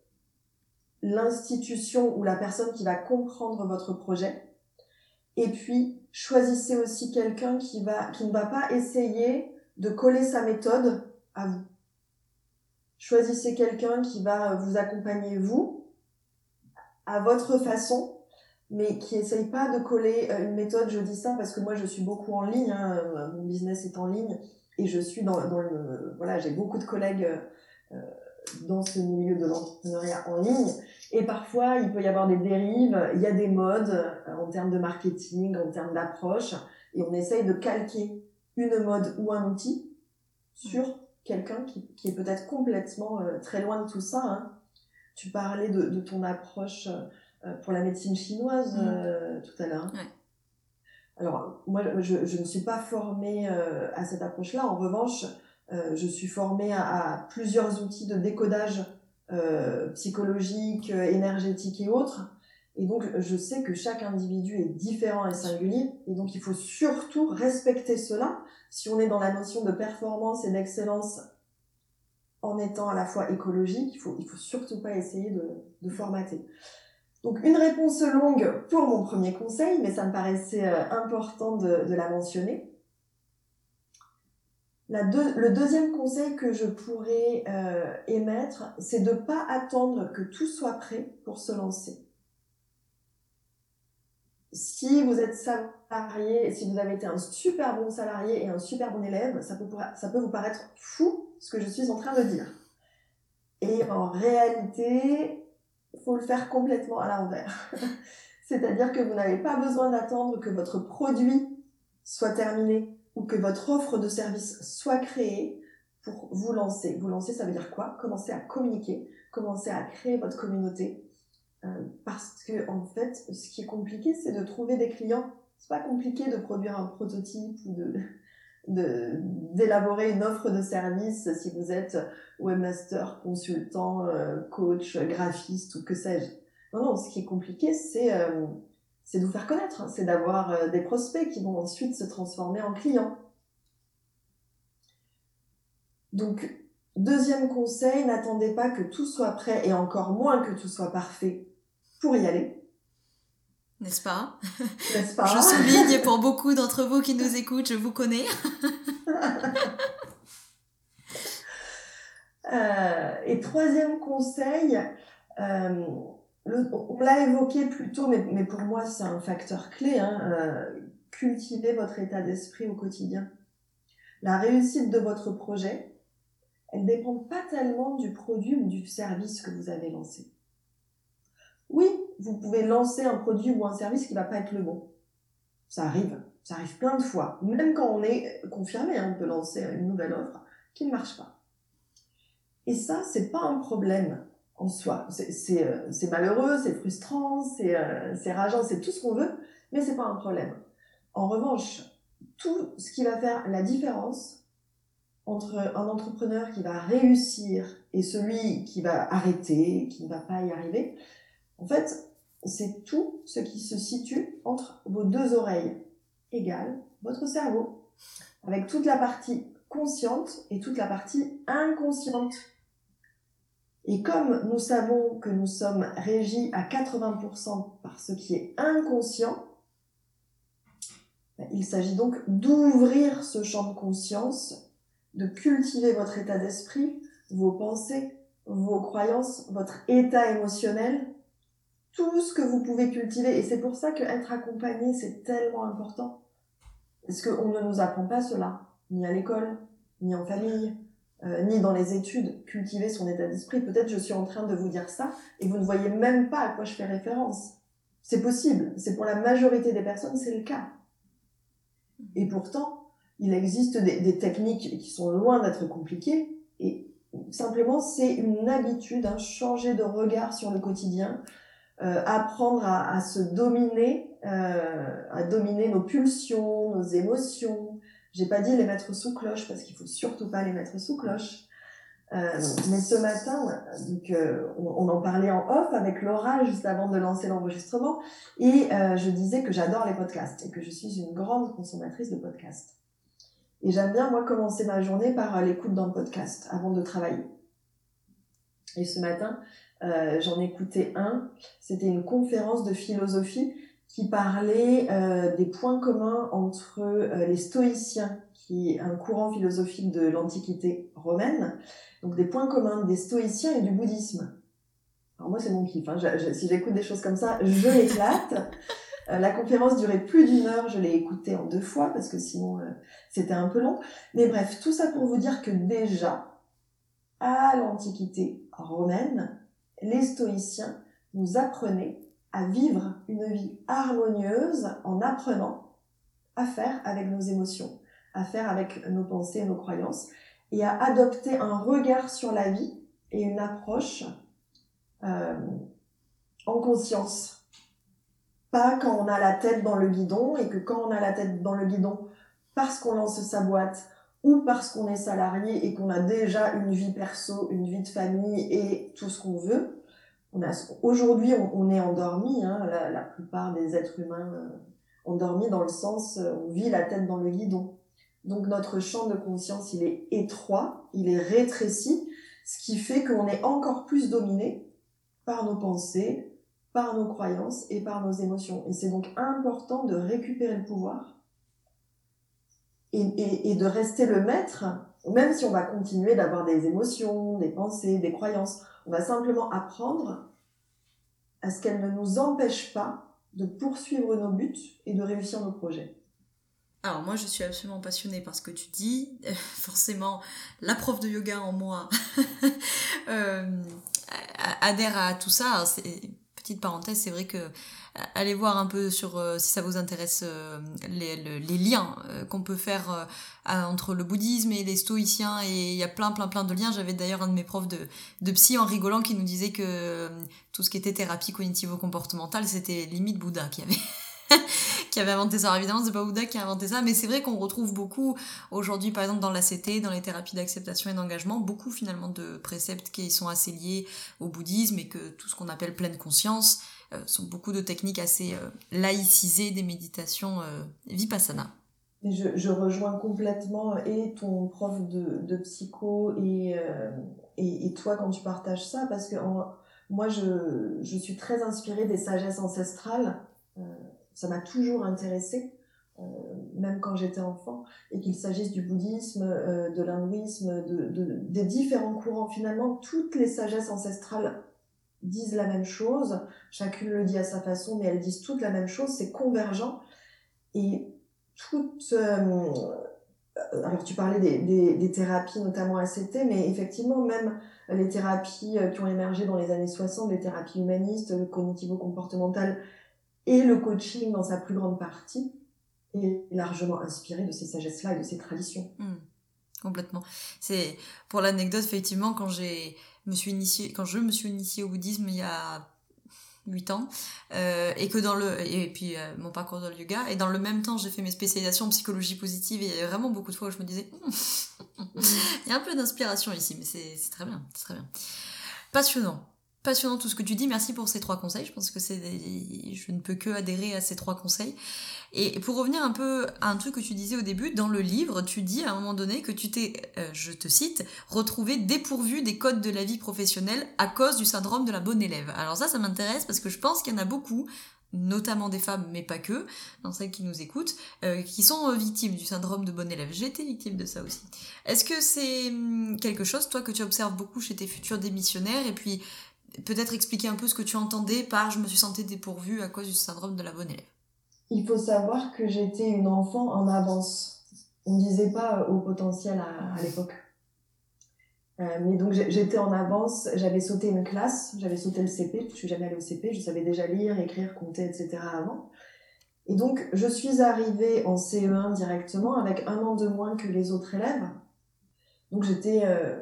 l'institution ou la personne qui va comprendre votre projet. Et puis, choisissez aussi quelqu'un qui, va, qui ne va pas essayer de coller sa méthode à vous. Choisissez quelqu'un qui va vous accompagner, vous, à votre façon, mais qui essaye pas de coller une méthode. Je dis ça parce que moi je suis beaucoup en ligne, hein, mon business est en ligne et je suis dans, dans le voilà, j'ai beaucoup de collègues euh, dans ce milieu de l'entrepreneuriat en ligne et parfois il peut y avoir des dérives, il y a des modes euh, en termes de marketing, en termes d'approche et on essaye de calquer une mode ou un outil sur quelqu'un qui, qui est peut-être complètement euh, très loin de tout ça, hein. Tu parlais de, de ton approche euh, pour la médecine chinoise euh, mmh. tout à l'heure. Ouais. Alors, moi, je, je ne suis pas formée euh, à cette approche-là. En revanche, euh, je suis formée à, à plusieurs outils de décodage euh, psychologique, énergétique et autres. Et donc, je sais que chaque individu est différent et singulier. Et donc, il faut surtout respecter cela. Si on est dans la notion de performance et d'excellence en étant à la fois écologique, il faut, il faut surtout pas essayer de, de formater. Donc, une réponse longue pour mon premier conseil, mais ça me paraissait euh, important de, de la mentionner. La deux, le deuxième conseil que je pourrais euh, émettre, c'est de pas attendre que tout soit prêt pour se lancer. si vous êtes salarié, si vous avez été un super bon salarié et un super bon élève, ça peut, ça peut vous paraître fou ce que je suis en train de dire. Et en réalité, il faut le faire complètement à l'envers. C'est-à-dire que vous n'avez pas besoin d'attendre que votre produit soit terminé ou que votre offre de service soit créée pour vous lancer. Vous lancer, ça veut dire quoi? Commencer à communiquer, commencer à créer votre communauté. Euh, parce que, en fait, ce qui est compliqué, c'est de trouver des clients. C'est pas compliqué de produire un prototype ou de, de, d'élaborer une offre de service si vous êtes webmaster, consultant, euh, coach, graphiste ou que sais-je. Non, non, ce qui est compliqué, c'est, euh, c'est de vous faire connaître. C'est d'avoir euh, des prospects qui vont ensuite se transformer en clients. Donc, deuxième conseil, n'attendez pas que tout soit prêt et encore moins que tout soit parfait pour y aller. N'est-ce pas? N'est-ce pas? Je souligne pour beaucoup d'entre vous qui nous écoutent, je vous connais. euh, et troisième conseil, euh, le, on l'a évoqué plus tôt, mais, mais pour moi c'est un facteur clé, hein, euh, cultivez votre état d'esprit au quotidien. La réussite de votre projet, elle ne dépend pas tellement du produit ou du service que vous avez lancé. Oui, vous pouvez lancer un produit ou un service qui ne va pas être le bon. Ça arrive, ça arrive plein de fois. Même quand on est confirmé, hein, on peut lancer une nouvelle offre qui ne marche pas. Et ça, c'est pas un problème en soi. C'est, c'est, euh, c'est malheureux, c'est frustrant, c'est, euh, c'est rageant, c'est tout ce qu'on veut, mais c'est pas un problème. En revanche, tout ce qui va faire la différence entre un entrepreneur qui va réussir et celui qui va arrêter, qui ne va pas y arriver, en fait, c'est tout ce qui se situe entre vos deux oreilles, égale votre cerveau, avec toute la partie consciente et toute la partie inconsciente. Et comme nous savons que nous sommes régis à quatre-vingts pour cent par ce qui est inconscient, il s'agit donc d'ouvrir ce champ de conscience, de cultiver votre état d'esprit, vos pensées, vos croyances, votre état émotionnel, tout ce que vous pouvez cultiver. Et c'est pour ça qu'être accompagné, c'est tellement important. Parce qu'on ne nous apprend pas cela, ni à l'école, ni en famille, euh, ni dans les études. Cultiver son état d'esprit. Peut-être je suis en train de vous dire ça et vous ne voyez même pas à quoi je fais référence. C'est possible. C'est pour la majorité des personnes, c'est le cas. Et pourtant, il existe des, des techniques qui sont loin d'être compliquées. Et simplement, c'est une habitude, hein, changer de regard sur le quotidien, Euh, apprendre à, à se dominer, euh, à dominer nos pulsions, nos émotions. J'ai pas dit les mettre sous cloche parce qu'il faut surtout pas les mettre sous cloche. Euh, mais ce matin, donc, euh, on, on en parlait en off avec Laura juste avant de lancer l'enregistrement et euh, je disais que j'adore les podcasts et que je suis une grande consommatrice de podcasts. Et j'aime bien, moi, commencer ma journée par l'écoute d'un podcast avant de travailler. Et ce matin, euh, j'en écoutais un, c'était une conférence de philosophie qui parlait euh, des points communs entre euh, les stoïciens, qui est un courant philosophique de l'Antiquité romaine, donc des points communs des stoïciens et du bouddhisme. Alors moi, c'est mon kiff, hein. je, je, si j'écoute des choses comme ça, je l'éclate. Euh, la conférence durait plus d'une heure, je l'ai écoutée en deux fois, parce que sinon, euh, c'était un peu long. Mais bref, tout ça pour vous dire que déjà, à l'Antiquité romaine, les stoïciens nous apprenaient à vivre une vie harmonieuse en apprenant à faire avec nos émotions, à faire avec nos pensées et nos croyances, et à adopter un regard sur la vie et une approche euh, en conscience. Pas quand on a la tête dans le guidon, et que quand on a la tête dans le guidon, parce qu'on lance sa boîte, ou parce qu'on est salarié et qu'on a déjà une vie perso, une vie de famille et tout ce qu'on veut. On a, aujourd'hui, on, on est endormi, hein, la, la plupart des êtres humains euh, endormis dans le sens, euh, on vit la tête dans le guidon. Donc notre champ de conscience, il est étroit, il est rétréci, ce qui fait qu'on est encore plus dominé par nos pensées, par nos croyances et par nos émotions. Et c'est donc important de récupérer le pouvoir Et, et, et de rester le maître, même si on va continuer d'avoir des émotions, des pensées, des croyances. On va simplement apprendre à ce qu'elles ne nous empêchent pas de poursuivre nos buts et de réussir nos projets. Alors moi je suis absolument passionnée par ce que tu dis, euh, forcément la prof de yoga en moi euh, adhère à tout ça. Alors, c'est, petite parenthèse, c'est vrai que allez voir un peu sur euh, si ça vous intéresse euh, les, les, les liens euh, qu'on peut faire euh, entre le bouddhisme et les stoïciens, et il y a plein plein plein de liens. J'avais d'ailleurs un de mes profs de, de psy en rigolant qui nous disait que euh, tout ce qui était thérapie cognitivo-comportementale c'était limite Bouddha qui avait qui avait inventé ça. Alors évidemment, c'est pas Bouddha qui a inventé ça, mais c'est vrai qu'on retrouve beaucoup aujourd'hui, par exemple, dans l'A C T, dans les thérapies d'acceptation et d'engagement, beaucoup finalement de préceptes qui sont assez liés au bouddhisme, et que tout ce qu'on appelle pleine conscience euh, sont beaucoup de techniques assez euh, laïcisées des méditations euh, vipassana. Et je, je rejoins complètement et ton prof de, de psycho et, euh, et, et toi quand tu partages ça, parce que en, moi je, je suis très inspirée des sagesses ancestrales. Euh, ça m'a toujours intéressée, euh, même quand j'étais enfant, et qu'il s'agisse du bouddhisme, euh, de l'hindouisme, de, de, des différents courants. Finalement, toutes les sagesses ancestrales disent la même chose, chacune le dit à sa façon, mais elles disent toutes la même chose, c'est convergent. Et toutes... Euh, alors tu parlais des, des, des thérapies, notamment A C T, mais effectivement, même les thérapies qui ont émergé dans les années soixante, les thérapies humanistes, cognitivo-comportementales, et le coaching dans sa plus grande partie est largement inspiré de ces sagesses-là et de ces traditions. Mmh, complètement. C'est, pour l'anecdote, effectivement, quand j'ai, me suis initiée, quand je me suis initiée au bouddhisme il y a huit ans, euh, et que dans le, et puis euh, mon parcours dans le yoga, et dans le même temps j'ai fait mes spécialisations en psychologie positive, et il y avait vraiment beaucoup de fois où je me disais mmh, il y a un peu d'inspiration ici, mais c'est, c'est très bien, c'est très bien. Passionnant. Passionnant tout ce que tu dis, merci pour ces trois conseils, je pense que c'est des... je ne peux que adhérer à ces trois conseils. Et pour revenir un peu à un truc que tu disais au début, dans le livre, tu dis à un moment donné que tu t'es, euh, je te cite, retrouvé dépourvu des codes de la vie professionnelle à cause du syndrome de la bonne élève. Alors ça, ça m'intéresse parce que je pense qu'il y en a beaucoup, notamment des femmes, mais pas que, dans celles qui nous écoutent, euh, qui sont victimes du syndrome de bonne élève. J'ai été victime de ça aussi. Est-ce que c'est quelque chose, toi, que tu observes beaucoup chez tes futurs démissionnaires, et puis peut-être expliquer un peu ce que tu entendais par « je me suis sentie dépourvue à cause du syndrome de la bonne élève ». Il faut savoir que j'étais une enfant en avance. On ne disait pas au potentiel à, à l'époque. Euh, mais donc j'étais en avance, j'avais sauté une classe, j'avais sauté le C P, je suis jamais allée au C P, je savais déjà lire, écrire, compter, et cetera avant. Et donc je suis arrivée en C E un directement avec un an de moins que les autres élèves. Donc j'étais, euh,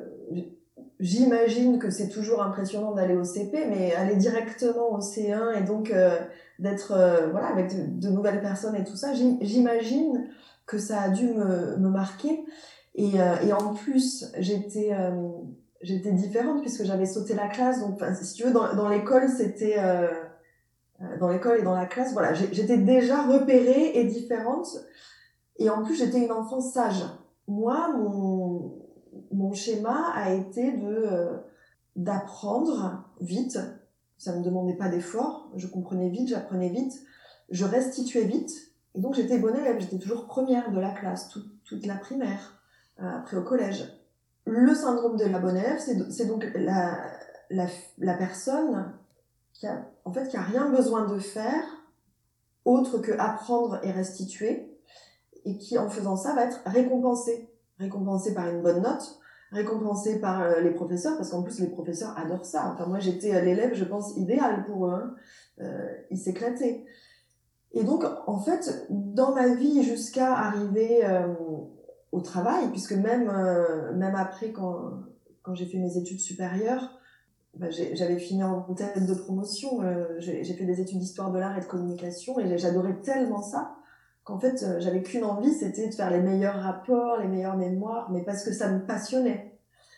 j'imagine que c'est toujours impressionnant d'aller au C P, mais aller directement au C un et donc euh, d'être euh, voilà avec de, de nouvelles personnes et tout ça, j'imagine que ça a dû me, me marquer. Et, euh, et en plus, j'étais euh, j'étais différente puisque j'avais sauté la classe. Donc, si tu veux, dans, dans l'école, c'était euh, dans l'école et dans la classe, voilà, j'étais déjà repérée et différente. Et en plus, j'étais une enfant sage. Moi, mon mon schéma a été de euh, d'apprendre vite. Ça me demandait pas d'effort. Je comprenais vite, j'apprenais vite, je restituais vite. Et donc, j'étais bonne élève. J'étais toujours première de la classe, tout, toute la primaire, euh, après au collège. Le syndrome de la bonne élève, c'est, c'est donc la, la, la personne qui a, en fait, qui a rien besoin de faire autre que apprendre et restituer, et qui, en faisant ça, va être récompensée. Récompensée par une bonne note, récompensée par euh, les professeurs, parce qu'en plus, les professeurs adorent ça. Enfin, moi, j'étais l'élève, je pense, idéal pour eux. Hein. Euh, ils s'éclataient. Et donc, en fait, dans ma vie, jusqu'à arriver euh, au travail, puisque même, euh, même après, quand, quand j'ai fait mes études supérieures, bah, j'ai, j'avais fini en tête de promotion, euh, j'ai, j'ai fait des études d'histoire de l'art et de communication, et j'adorais tellement ça, qu'en fait, euh, j'avais qu'une envie, c'était de faire les meilleurs rapports, les meilleures mémoires, mais parce que ça me passionnait.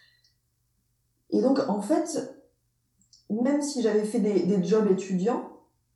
Et donc, en fait, même si j'avais fait des, des jobs étudiants,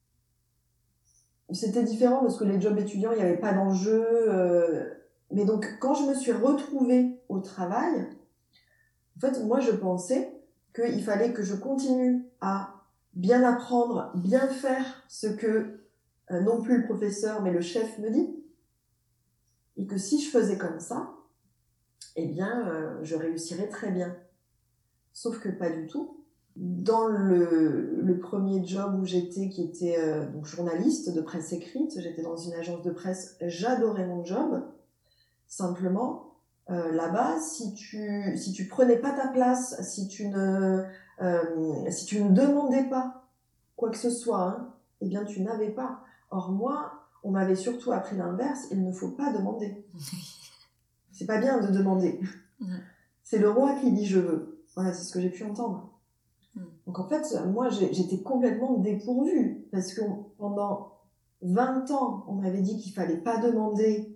c'était différent parce que les jobs étudiants, il n'y avait pas d'enjeu. Euh, mais donc, quand je me suis retrouvée au travail, en fait, moi, je pensais qu'il fallait que je continue à bien apprendre, bien faire ce que euh, non plus le professeur, mais le chef me dit. Et que si je faisais comme ça, eh bien, euh, je réussirais très bien. Sauf que pas du tout. Dans le, le premier job où j'étais, qui était euh, donc journaliste de presse écrite, j'étais dans une agence de presse, j'adorais mon job. Simplement, euh, là-bas, si tu si tu prenais pas ta place, si tu ne euh, si tu ne demandais pas quoi que ce soit, hein, eh bien tu n'avais pas. Or moi, on m'avait surtout appris l'inverse, il ne faut pas demander. C'est pas bien de demander. C'est le roi qui dit je veux. Voilà, c'est ce que j'ai pu entendre. Donc en fait, moi j'ai, j'étais complètement dépourvue parce que pendant vingt ans, on m'avait dit qu'il fallait pas demander.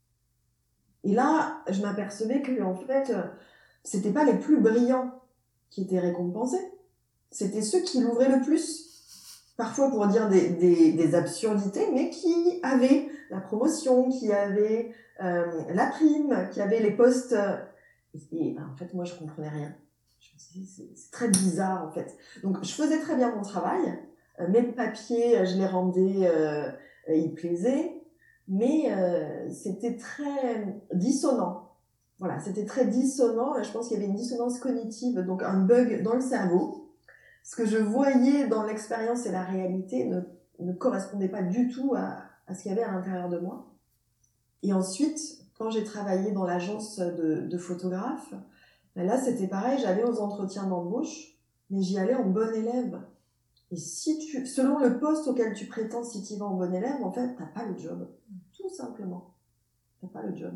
Et là, je m'apercevais que en fait, c'était pas les plus brillants qui étaient récompensés, c'était ceux qui l'ouvraient le plus, parfois pour dire des, des, des absurdités, mais qui avaient la promotion, qui avaient euh, la prime, qui avaient les postes. Et, et en fait, moi, je comprenais rien. Je me disais, c'est, c'est très bizarre en fait. Donc, je faisais très bien mon travail, euh, mes papiers, je les rendais, euh, ils plaisaient. Mais euh, c'était très dissonant. Voilà, c'était très dissonant. Je pense qu'il y avait une dissonance cognitive, donc un bug dans le cerveau. Ce que je voyais dans l'expérience et la réalité ne, ne correspondait pas du tout à, à ce qu'il y avait à l'intérieur de moi. Et ensuite, quand j'ai travaillé dans l'agence de, de photographes, ben là c'était pareil, j'allais aux entretiens d'embauche, mais j'y allais en bon élève. Et si tu, selon le poste auquel tu prétends, si tu y vas en bon élève, en fait, t'as pas le job. Tout simplement. T'as pas le job.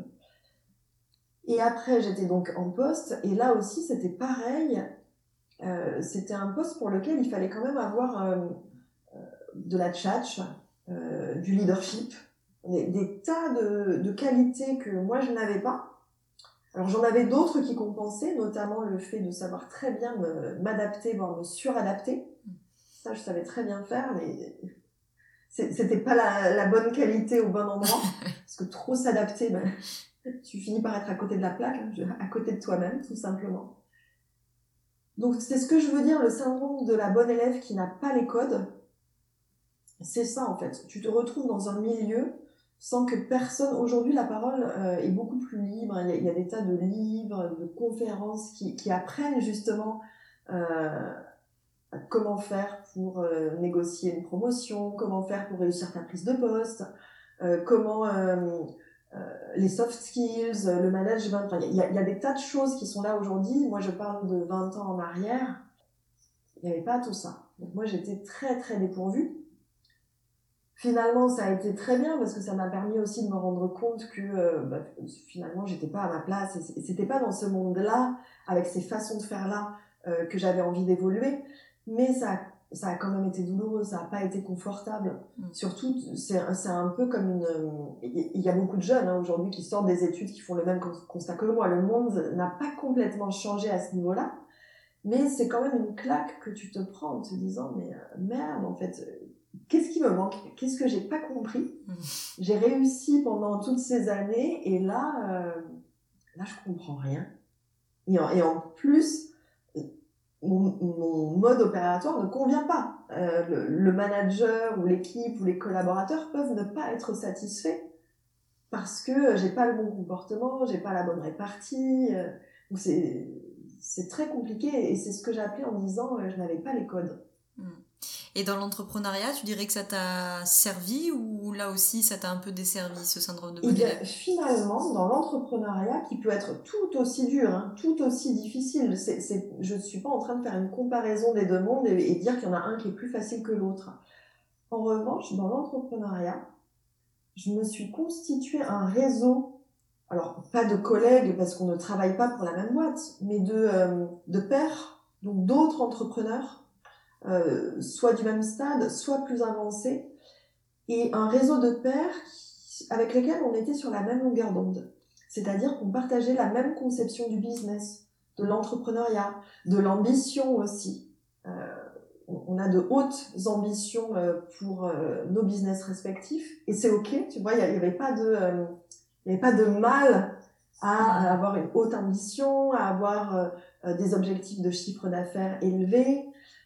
Et après, j'étais donc en poste, et là aussi, c'était pareil. Euh, c'était un poste pour lequel il fallait quand même avoir euh, euh, de la tchatch, euh, du leadership, des, des tas de, de qualités que moi, je n'avais pas. Alors, j'en avais d'autres qui compensaient, notamment le fait de savoir très bien me, m'adapter, voire me suradapter. Ça, je savais très bien faire, mais c'était pas la, la bonne qualité au bon endroit. Parce que trop s'adapter, ben, tu finis par être à côté de la plaque, hein, à côté de toi-même, tout simplement. Donc, c'est ce que je veux dire, le syndrome de la bonne élève qui n'a pas les codes. C'est ça, en fait. Tu te retrouves dans un milieu sans que personne... Aujourd'hui, la parole euh, est beaucoup plus libre. Il y, a, il y a des tas de livres, de conférences qui, qui apprennent justement... Euh, comment faire pour euh, négocier une promotion, comment faire pour réussir ta prise de poste, euh, comment euh, euh, les soft skills, le management. Enfin, il y, y a des tas de choses qui sont là aujourd'hui. Moi, je parle de vingt ans en arrière. Il n'y avait pas tout ça. Donc moi, j'étais très, très dépourvue. Finalement, ça a été très bien parce que ça m'a permis aussi de me rendre compte que euh, bah, finalement, j'étais pas à ma place. Et c'était pas dans ce monde-là, avec ces façons de faire-là, euh, que j'avais envie d'évoluer. Mais ça, ça a quand même été douloureux, ça n'a pas été confortable. Mmh. Surtout, c'est, c'est un peu comme une... Il y a beaucoup de jeunes hein, aujourd'hui qui sortent des études, qui font le même constat que moi. Le monde n'a pas complètement changé à ce niveau-là, mais c'est quand même une claque que tu te prends en te disant, mais euh, merde, en fait, qu'est-ce qui me manque ? Qu'est-ce que j'ai pas compris ? Mmh. J'ai réussi pendant toutes ces années, et là, euh, là, je comprends rien. Et en, et en plus... Mon, mon mode opératoire ne convient pas. Euh, le, le manager ou l'équipe ou les collaborateurs peuvent ne pas être satisfaits parce que j'ai pas le bon comportement, j'ai pas la bonne répartie. Euh, donc c'est, c'est très compliqué et c'est ce que j'ai appelé en disant euh, je n'avais pas les codes. Et dans l'entrepreneuriat, tu dirais que ça t'a servi ou là aussi ça t'a un peu desservi, ce syndrome de bonne élève ? Finalement, dans l'entrepreneuriat, qui peut être tout aussi dur, hein, tout aussi difficile, c'est, c'est, je ne suis pas en train de faire une comparaison des deux mondes et, et dire qu'il y en a un qui est plus facile que l'autre. En revanche, dans l'entrepreneuriat, je me suis constitué un réseau, alors pas de collègues parce qu'on ne travaille pas pour la même boîte, mais de, euh, de pairs, donc d'autres entrepreneurs, Euh, soit du même stade, soit plus avancé, et un réseau de pairs avec lesquels on était sur la même longueur d'onde. C'est-à-dire qu'on partageait la même conception du business, de l'entrepreneuriat, de l'ambition aussi. Euh, on a de hautes ambitions euh, pour euh, nos business respectifs, et c'est ok, tu vois, il n'y avait pas de, euh, il y avait pas de mal à, à avoir une haute ambition, à avoir euh, des objectifs de chiffre d'affaires élevés,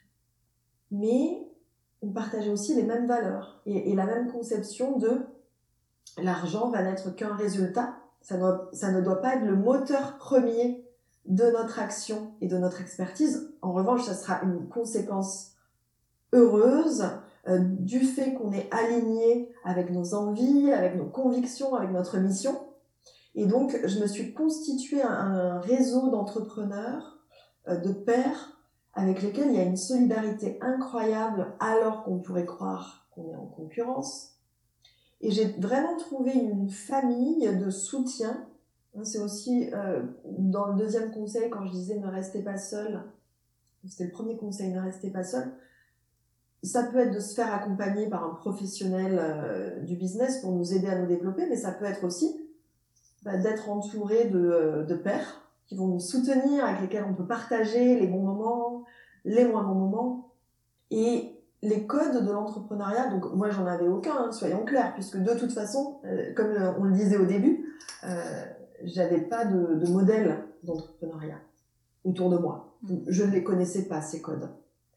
mais on partageait aussi les mêmes valeurs et, et la même conception de l'argent va n'être qu'un résultat, ça, doit, ça ne doit pas être le moteur premier de notre action et de notre expertise. En revanche, ça sera une conséquence heureuse euh, du fait qu'on est aligné avec nos envies, avec nos convictions, avec notre mission. Et donc, je me suis constitué un, un réseau d'entrepreneurs, euh, de pairs, avec lesquels il y a une solidarité incroyable alors qu'on pourrait croire qu'on est en concurrence. Et j'ai vraiment trouvé une famille de soutien. C'est aussi euh, dans le deuxième conseil, quand je disais ne restez pas seul, c'était le premier conseil, ne restez pas seul. Ça peut être de se faire accompagner par un professionnel euh, du business pour nous aider à nous développer, mais ça peut être aussi bah, d'être entouré de, de pairs qui vont nous soutenir, avec lesquels on peut partager les bons moments, les moins bons moments. Et les codes de l'entrepreneuriat, donc moi j'en avais aucun, hein, soyons clairs, puisque de toute façon, euh, comme on le disait au début, euh, j'avais pas de, de modèle d'entrepreneuriat autour de moi. Donc, je ne les connaissais pas, ces codes.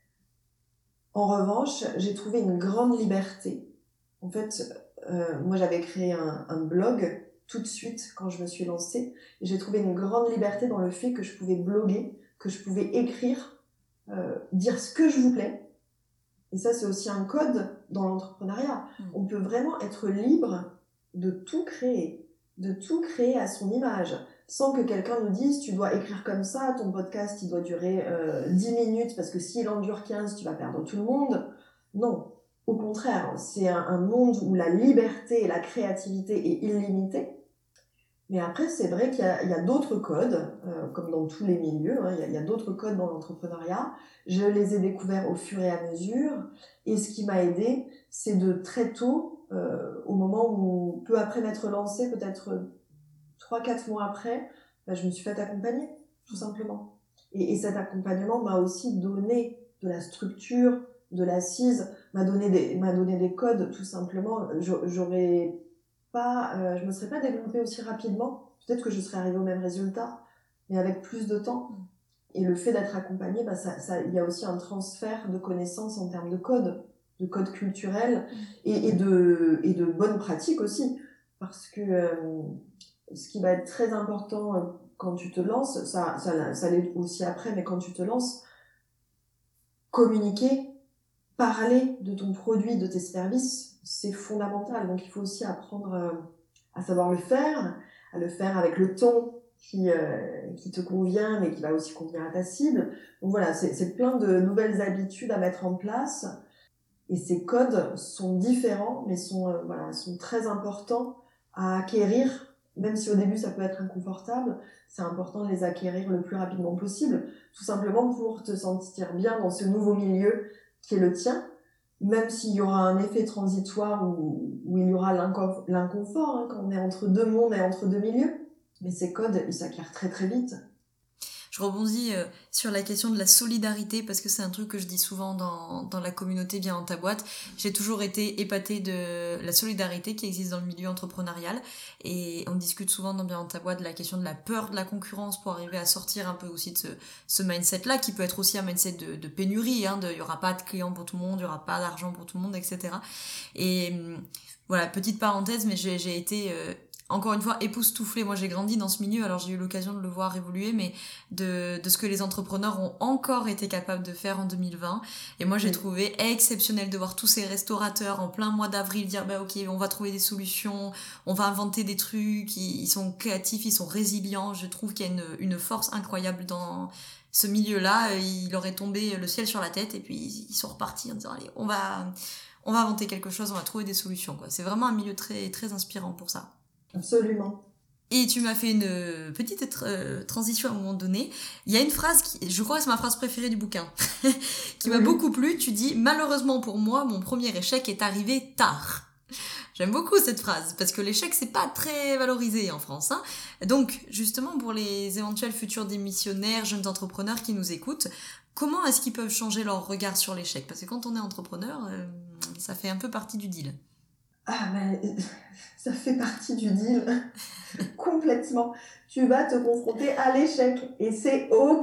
En revanche, j'ai trouvé une grande liberté. En fait, euh, moi j'avais créé un, un blog tout de suite quand je me suis lancée, et j'ai trouvé une grande liberté dans le fait que je pouvais bloguer, que je pouvais écrire, euh, dire ce que je voulais. Et ça, c'est aussi un code dans l'entrepreneuriat. Mmh. On peut vraiment être libre de tout créer, de tout créer à son image, sans que quelqu'un nous dise « tu dois écrire comme ça, ton podcast, il doit durer euh, dix minutes, parce que s'il en dure quinze, tu vas perdre tout le monde. » Non, au contraire, c'est un, un monde où la liberté et la créativité est illimitée. Mais après, c'est vrai qu'il y a, il y a d'autres codes, euh, comme dans tous les milieux, hein, il y a, il y a d'autres codes dans l'entrepreneuriat. Je les ai découverts au fur et à mesure. Et ce qui m'a aidée, c'est de très tôt, euh, au moment où, peu après m'être lancée, peut-être trois, quatre mois après, bah, je me suis fait accompagner, tout simplement. Et, et cet accompagnement m'a aussi donné de la structure, de l'assise, m'a donné des, m'a donné des codes, tout simplement. J'aurais pas, euh, je me serais pas développée aussi rapidement. Peut-être que je serais arrivée au même résultat, mais avec plus de temps. Et le fait d'être accompagnée, bah, ça, ça, il y a aussi un transfert de connaissances en termes de code, de code culturel et, et de, et de bonnes pratiques aussi. Parce que, euh, ce qui va être très important euh, quand tu te lances, ça, ça, ça l'est aussi après, mais quand tu te lances, communiquer, parler de ton produit, de tes services, c'est fondamental. Donc, il faut aussi apprendre euh, à savoir le faire, à le faire avec le ton qui, euh, qui te convient, mais qui va aussi convenir à ta cible. Donc voilà, c'est, c'est plein de nouvelles habitudes à mettre en place. Et ces codes sont différents, mais sont, euh, voilà, sont très importants à acquérir, même si au début ça peut être inconfortable. C'est important de les acquérir le plus rapidement possible, tout simplement pour te sentir bien dans ce nouveau milieu qui est le tien, même s'il y aura un effet transitoire où, où il y aura l'inconfort, l'inconfort hein, quand on est entre deux mondes et entre deux milieux. Mais ces codes, ils s'acquièrent très très vite. Je rebondis euh, sur la question de la solidarité parce que c'est un truc que je dis souvent dans, dans la communauté Bien dans ta boîte. J'ai toujours été épatée de la solidarité qui existe dans le milieu entrepreneurial et on discute souvent dans Bien dans ta boîte de la question de la peur de la concurrence pour arriver à sortir un peu aussi de ce, ce mindset-là qui peut être aussi un mindset de, de pénurie, hein, de il y aura pas de clients pour tout le monde, il y aura pas d'argent pour tout le monde, et cetera. Et voilà, petite parenthèse, mais j'ai, j'ai été... Euh, encore une fois, époustouflée. Moi, j'ai grandi dans ce milieu, alors j'ai eu l'occasion de le voir évoluer, mais de, de ce que les entrepreneurs ont encore été capables de faire en deux mille vingt. Et moi, j'ai oui. trouvé exceptionnel de voir tous ces restaurateurs en plein mois d'avril dire, bah, ok, on va trouver des solutions, on va inventer des trucs, ils, ils sont créatifs, ils sont résilients. Je trouve qu'il y a une, une force incroyable dans ce milieu-là. Il leur est tombé le ciel sur la tête et puis ils sont repartis en disant, allez, on va, on va inventer quelque chose, on va trouver des solutions, quoi. C'est vraiment un milieu très, très inspirant pour ça. Absolument. Et tu m'as fait une petite euh, transition à un moment donné. Il y a une phrase qui, je crois que c'est ma phrase préférée du bouquin, qui oui. m'a beaucoup plu. Tu dis « Malheureusement pour moi, mon premier échec est arrivé tard ». J'aime beaucoup cette phrase, parce que l'échec, c'est pas très valorisé en France. Hein. Donc, justement, pour les éventuels futurs démissionnaires, jeunes entrepreneurs qui nous écoutent, comment est-ce qu'ils peuvent changer leur regard sur l'échec ? Parce que quand on est entrepreneur, euh, ça fait un peu partie du deal. Ah, mais ça fait partie du deal, complètement. Tu vas te confronter à l'échec et c'est ok,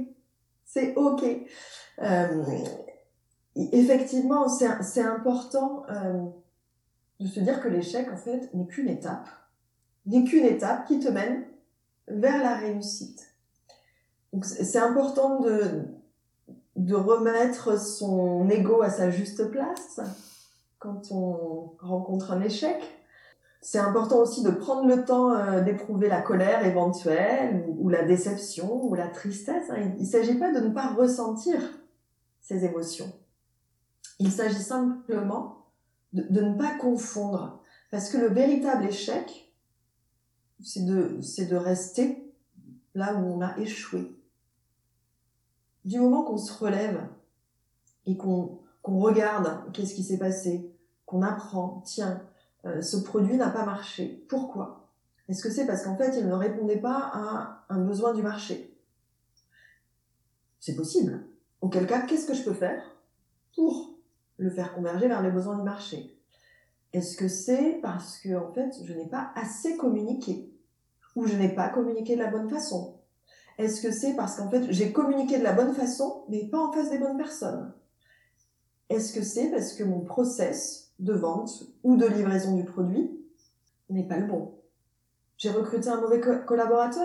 c'est ok. Euh, effectivement, c'est, c'est important euh, de se dire que l'échec, en fait, n'est qu'une étape, n'est qu'une étape qui te mène vers la réussite. Donc c'est important de, de remettre son ego à sa juste place quand on rencontre un échec. C'est important aussi de prendre le temps euh, d'éprouver la colère éventuelle ou, ou la déception ou la tristesse. Hein. Il ne s'agit pas de ne pas ressentir ces émotions. Il s'agit simplement de, de ne pas confondre. Parce que le véritable échec, c'est de, c'est de rester là où on a échoué. Du moment qu'on se relève et qu'on, qu'on regarde qu'est-ce qui s'est passé, qu'on apprend, tiens, euh, ce produit n'a pas marché. Pourquoi ? Est-ce que c'est parce qu'en fait, il ne répondait pas à un besoin du marché ? C'est possible. Auquel cas, qu'est-ce que je peux faire pour le faire converger vers les besoins du marché ? Est-ce que c'est parce que, en fait, je n'ai pas assez communiqué ? Ou je n'ai pas communiqué de la bonne façon ? Est-ce que c'est parce qu'en fait, j'ai communiqué de la bonne façon, mais pas en face des bonnes personnes ? Est-ce que c'est parce que mon process de vente ou de livraison du produit n'est pas le bon ? J'ai recruté un mauvais co- collaborateur ?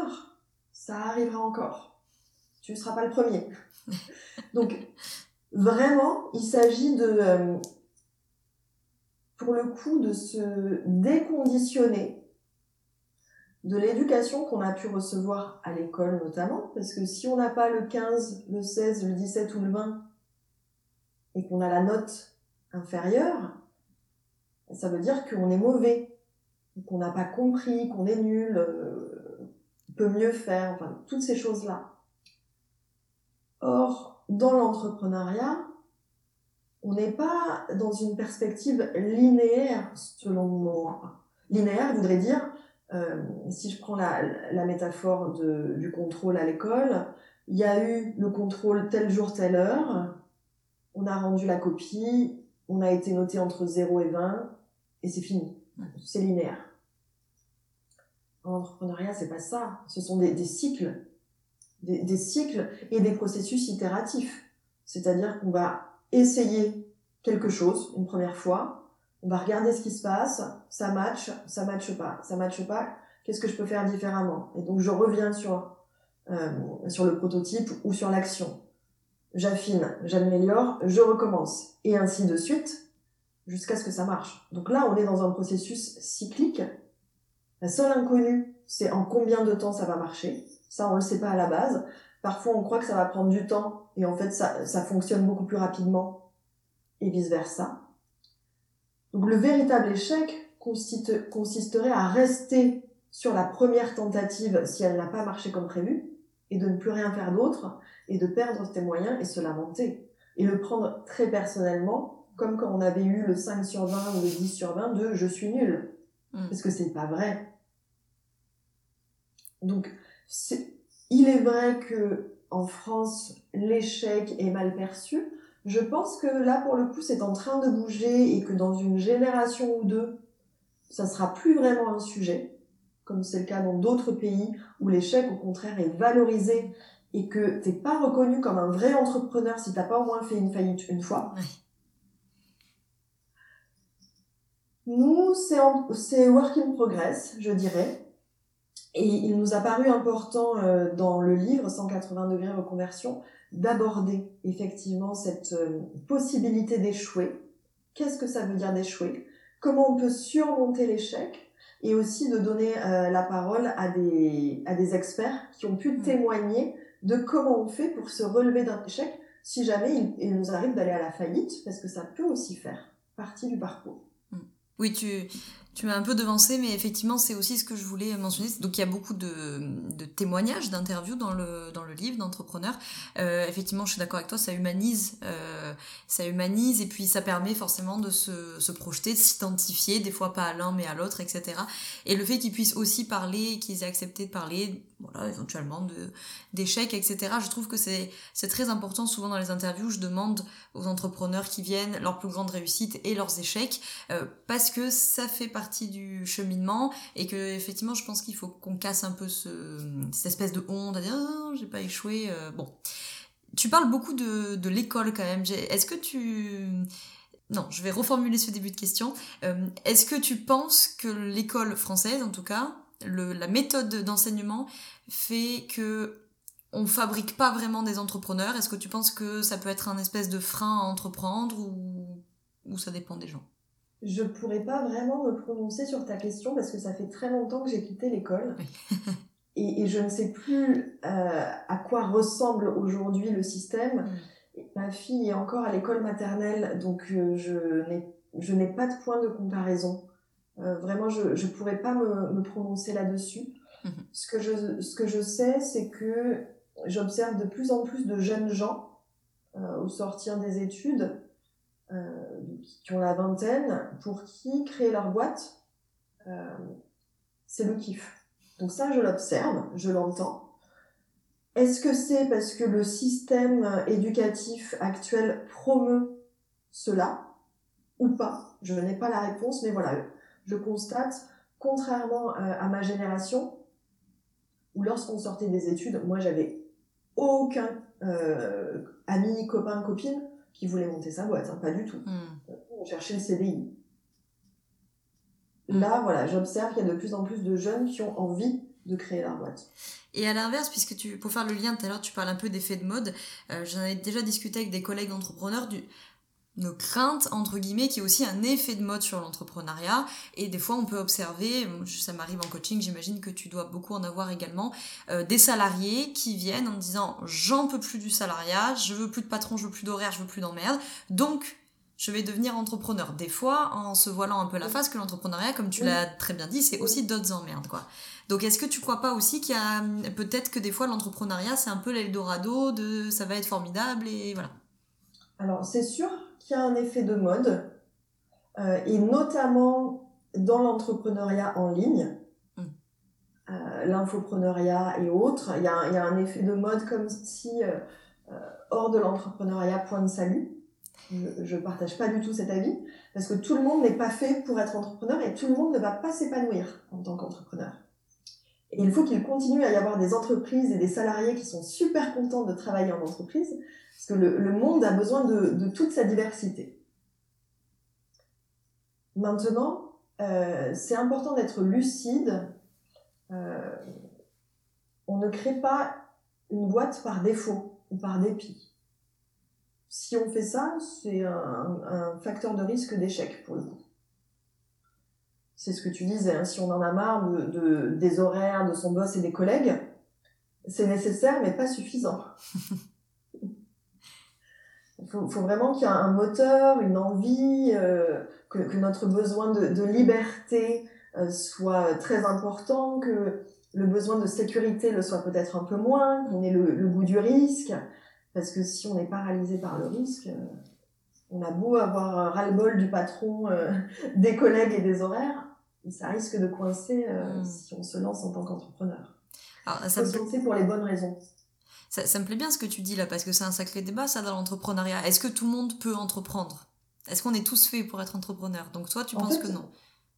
Ça arrivera encore. Tu ne seras pas le premier. Donc, vraiment, il s'agit de, euh, pour le coup, de se déconditionner de l'éducation qu'on a pu recevoir à l'école notamment, parce que si on n'a pas le quinze, le seize, le dix-sept ou le vingt, et qu'on a la note inférieure, ça veut dire qu'on est mauvais, qu'on n'a pas compris, qu'on est nul, euh, peut mieux faire, enfin, toutes ces choses-là. Or, dans l'entrepreneuriat, on n'est pas dans une perspective linéaire, selon moi. Linéaire voudrait dire, euh, si je prends la, la métaphore de, du contrôle à l'école, il y a eu le contrôle tel jour, telle heure, on a rendu la copie, on a été noté entre zéro et vingt, et c'est fini. C'est linéaire. En entrepreneuriat, c'est pas ça. Ce sont des, des cycles. Des, des cycles et des processus itératifs. C'est-à-dire qu'on va essayer quelque chose une première fois, on va regarder ce qui se passe, ça match, ça matche pas, ça matche pas, qu'est-ce que je peux faire différemment ? Et donc je reviens sur, euh, sur le prototype ou sur l'action. J'affine, j'améliore, je recommence, et ainsi de suite, jusqu'à ce que ça marche. Donc là, on est dans un processus cyclique. La seule inconnue, c'est en combien de temps ça va marcher. Ça, on le sait pas à la base. Parfois, on croit que ça va prendre du temps, et en fait, ça, ça fonctionne beaucoup plus rapidement, et vice-versa. Donc, le véritable échec consiste, consisterait à rester sur la première tentative si elle n'a pas marché comme prévu, et de ne plus rien faire d'autre, et de perdre ses moyens et se lamenter. Et le prendre très personnellement, comme quand on avait eu le cinq sur vingt ou le dix sur vingt de « je suis nul ». Parce que c'est pas vrai. Donc, c'est, il est vrai que en France, l'échec est mal perçu. Je pense que là, pour le coup, c'est en train de bouger et que dans une génération ou deux, ça sera plus vraiment un sujet, comme c'est le cas dans d'autres pays où l'échec, au contraire, est valorisé et que t'es pas reconnu comme un vrai entrepreneur si t'as pas au moins fait une faillite une fois. Oui. Nous, c'est, en, c'est work in progress, je dirais. Et il nous a paru important euh, dans le livre cent quatre-vingts degrés reconversion d'aborder effectivement cette euh, possibilité d'échouer. Qu'est-ce que ça veut dire d'échouer ? Comment on peut surmonter l'échec ? Et aussi de donner euh, la parole à des, à des experts qui ont pu témoigner de comment on fait pour se relever d'un échec si jamais il, il nous arrive d'aller à la faillite, parce que ça peut aussi faire partie du parcours. Oui, tu, tu m'as un peu devancé, mais effectivement, c'est aussi ce que je voulais mentionner. Donc, il y a beaucoup de, de témoignages, d'interviews dans le, dans le livre d'entrepreneurs. Euh, effectivement, je suis d'accord avec toi, ça humanise, euh, ça humanise, et puis ça permet forcément de se, se projeter, de s'identifier, des fois pas à l'un, mais à l'autre, et cetera. Et le fait qu'ils puissent aussi parler, qu'ils aient accepté de parler, voilà, éventuellement de, d'échecs, et cetera. Je trouve que c'est, c'est très important. Souvent dans les interviews, je demande aux entrepreneurs qui viennent leur plus grande réussite et leurs échecs, euh, parce que ça fait partie du cheminement et que effectivement je pense qu'il faut qu'on casse un peu ce, cette espèce de honte à dire oh, j'ai pas échoué. Euh, bon, tu parles beaucoup de, de l'école quand même. J'ai, est-ce que tu non, je vais reformuler ce début de question. Euh, est-ce que tu penses que l'école française, en tout cas, le, la méthode d'enseignement fait que on fabrique pas vraiment des entrepreneurs. Est-ce que tu penses que ça peut être un espèce de frein à entreprendre ou, ou ça dépend des gens? Je pourrais pas vraiment me prononcer sur ta question parce que ça fait très longtemps que j'ai quitté l'école. Oui. et, et je ne sais plus euh, à quoi ressemble aujourd'hui le système. Mm. Ma fille est encore à l'école maternelle, donc euh, je n'ai, je n'ai pas de point de comparaison. Euh, vraiment, je ne pourrais pas me, me prononcer là-dessus. Mm-hmm. Ce que je, ce que je sais, c'est que j'observe de plus en plus de jeunes gens euh, au sortir des études euh, qui ont la vingtaine, pour qui créer leur boîte, euh, c'est le kiff. Donc ça, je l'observe, je l'entends. Est-ce que c'est parce que le système éducatif actuel promeut cela ou pas? Je n'ai pas la réponse, mais voilà, je constate, contrairement à ma génération, où lorsqu'on sortait des études, moi j'avais aucun euh, ami, copain, copine qui voulait monter sa boîte, hein, pas du tout. Mm. On cherchait le C D I. Mm. Là, voilà, j'observe qu'il y a de plus en plus de jeunes qui ont envie de créer leur boîte. Et à l'inverse, puisque tu, pour faire le lien, tout à l'heure tu parles un peu d'effet de mode, euh, j'en avais déjà discuté avec des collègues d'entrepreneurs du nos craintes, entre guillemets, qui est aussi un effet de mode sur l'entrepreneuriat. Et des fois, on peut observer, ça m'arrive en coaching, j'imagine que tu dois beaucoup en avoir également, euh, des salariés qui viennent en disant « j'en peux plus du salariat, je veux plus de patron, je veux plus d'horaire, je veux plus d'emmerde, donc je vais devenir entrepreneur ». Des fois, en se voilant un peu la face, que l'entrepreneuriat, comme tu Oui. l'as très bien dit, c'est aussi d'autres emmerdes, quoi. Donc est-ce que tu crois pas aussi qu'il y a peut-être que des fois l'entrepreneuriat c'est un peu l'Eldorado de ça va être formidable et voilà. Alors c'est sûr qu'il y a un effet de mode euh, et notamment dans l'entrepreneuriat en ligne, mm. euh, l'infopreneuriat et autres, il y, a, il y a un effet de mode comme si euh, euh, hors de l'entrepreneuriat point de salut. Je ne partage pas du tout cet avis parce que tout le monde n'est pas fait pour être entrepreneur et tout le monde ne va pas s'épanouir en tant qu'entrepreneur. Et il faut qu'il continue à y avoir des entreprises et des salariés qui sont super contents de travailler en entreprise parce que le, le monde a besoin de, de toute sa diversité. Maintenant, euh, c'est important d'être lucide. Euh, on ne crée pas une boîte par défaut ou par dépit. Si on fait ça, c'est un, un facteur de risque d'échec pour le coup. C'est ce que tu disais, hein, si on en a marre de, de, des horaires, de son boss et des collègues, c'est nécessaire mais pas suffisant. Il faut, faut vraiment qu'il y ait un moteur, une envie, euh, que, que notre besoin de, de liberté euh, soit très important, que le besoin de sécurité le soit peut-être un peu moins, qu'on ait le, le goût du risque, parce que si on est paralysé par le risque, euh, on a beau avoir ras-le-bol du patron, euh, des collègues et des horaires, ça risque de coincer euh, mmh. si on se lance en tant qu'entrepreneur. Il faut se lancer pour les bonnes raisons. Ça, ça me plaît bien ce que tu dis là, parce que c'est un sacré débat, ça, dans l'entrepreneuriat. Est-ce que tout le monde peut entreprendre? Est-ce qu'on est tous faits pour être entrepreneur? Donc toi, tu en penses fait, que non?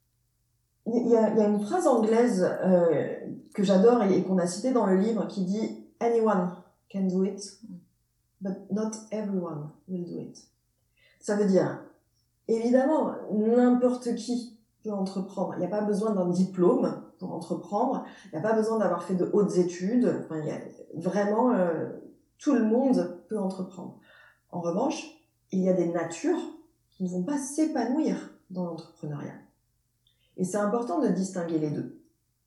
Il y, y a une phrase anglaise euh, que j'adore et, et qu'on a citée dans le livre qui dit « Anyone can do it, but not everyone will do it ». Ça veut dire, évidemment, n'importe qui peut entreprendre. Il n'y a pas besoin d'un diplôme pour entreprendre. Il n'y a pas besoin d'avoir fait de hautes études. Enfin, il y a vraiment, euh, tout le monde peut entreprendre. En revanche, il y a des natures qui ne vont pas s'épanouir dans l'entrepreneuriat. Et c'est important de distinguer les deux.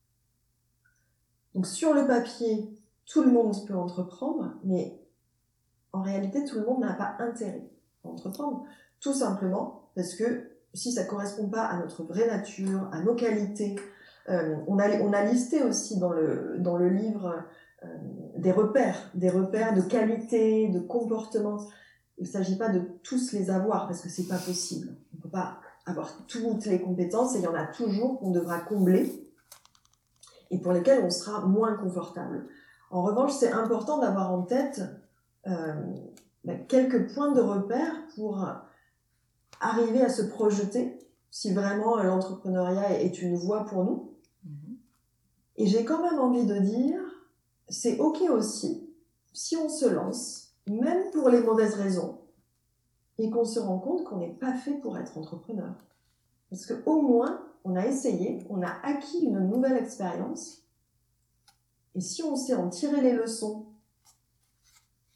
Donc, sur le papier, tout le monde peut entreprendre, mais en réalité, tout le monde n'a pas intérêt à entreprendre. Tout simplement parce que si ça ne correspond pas à notre vraie nature, à nos qualités, euh, on, a, on a listé aussi dans le, dans le livre euh, des repères, des repères de qualité, de comportement. Il ne s'agit pas de tous les avoir parce que ce n'est pas possible. On ne peut pas avoir toutes les compétences et il y en a toujours qu'on devra combler et pour lesquelles on sera moins confortable. En revanche, c'est important d'avoir en tête euh, bah, quelques points de repère pour arriver à se projeter si vraiment l'entrepreneuriat est une voie pour nous. Mmh. Et j'ai quand même envie de dire, c'est ok aussi si on se lance, même pour les mauvaises raisons, et qu'on se rend compte qu'on n'est pas fait pour être entrepreneur. Parce qu'au moins, on a essayé, on a acquis une nouvelle expérience, et si on sait en tirer les leçons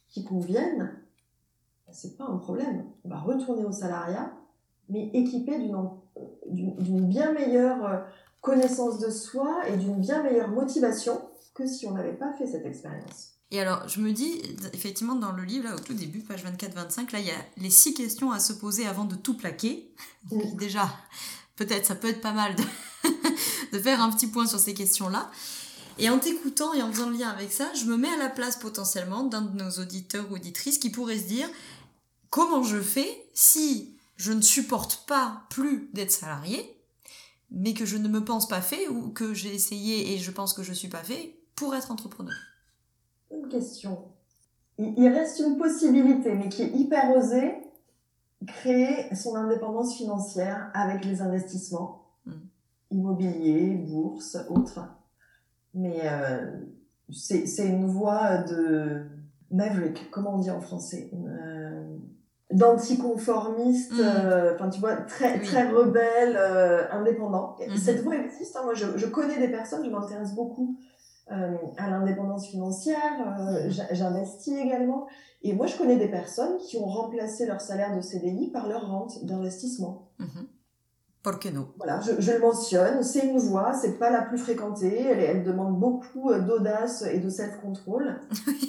qui conviennent, c'est pas un problème. On va retourner au salariat, mais équipé d'une, d'une, d'une bien meilleure connaissance de soi et d'une bien meilleure motivation que si on n'avait pas fait cette expérience. Et alors, je me dis, effectivement, dans le livre, là, au tout début, page vingt-quatre vingt-cinq, là, il y a les six questions à se poser avant de tout plaquer. Donc, mmh. Déjà, peut-être, ça peut être pas mal de, de faire un petit point sur ces questions-là. Et en t'écoutant et en faisant le lien avec ça, je me mets à la place potentiellement d'un de nos auditeurs ou auditrices qui pourrait se dire « Comment je fais si je ne supporte pas plus d'être salarié, mais que je ne me pense pas fait ou que j'ai essayé et je pense que je ne suis pas fait pour être entrepreneur ?» Une question. Il reste une possibilité, mais qui est hyper osée, créer son indépendance financière avec les investissements mmh. immobiliers, bourse, autres. Mais euh, c'est, c'est une voie de maverick, comment on dit en français, euh, d'anticonformiste, mmh. euh, enfin tu vois, très, oui. très rebelle, euh, indépendant. Mmh. Cette voie existe, hein. Moi je, je connais des personnes, je m'intéresse beaucoup euh, à l'indépendance financière, euh, mmh. j'investis également. Et moi je connais des personnes qui ont remplacé leur salaire de C D I par leur rente d'investissement. Mmh. Por qué no? Voilà, je, je le mentionne, c'est une voie, c'est pas la plus fréquentée, elle, elle demande beaucoup d'audace et de self-control.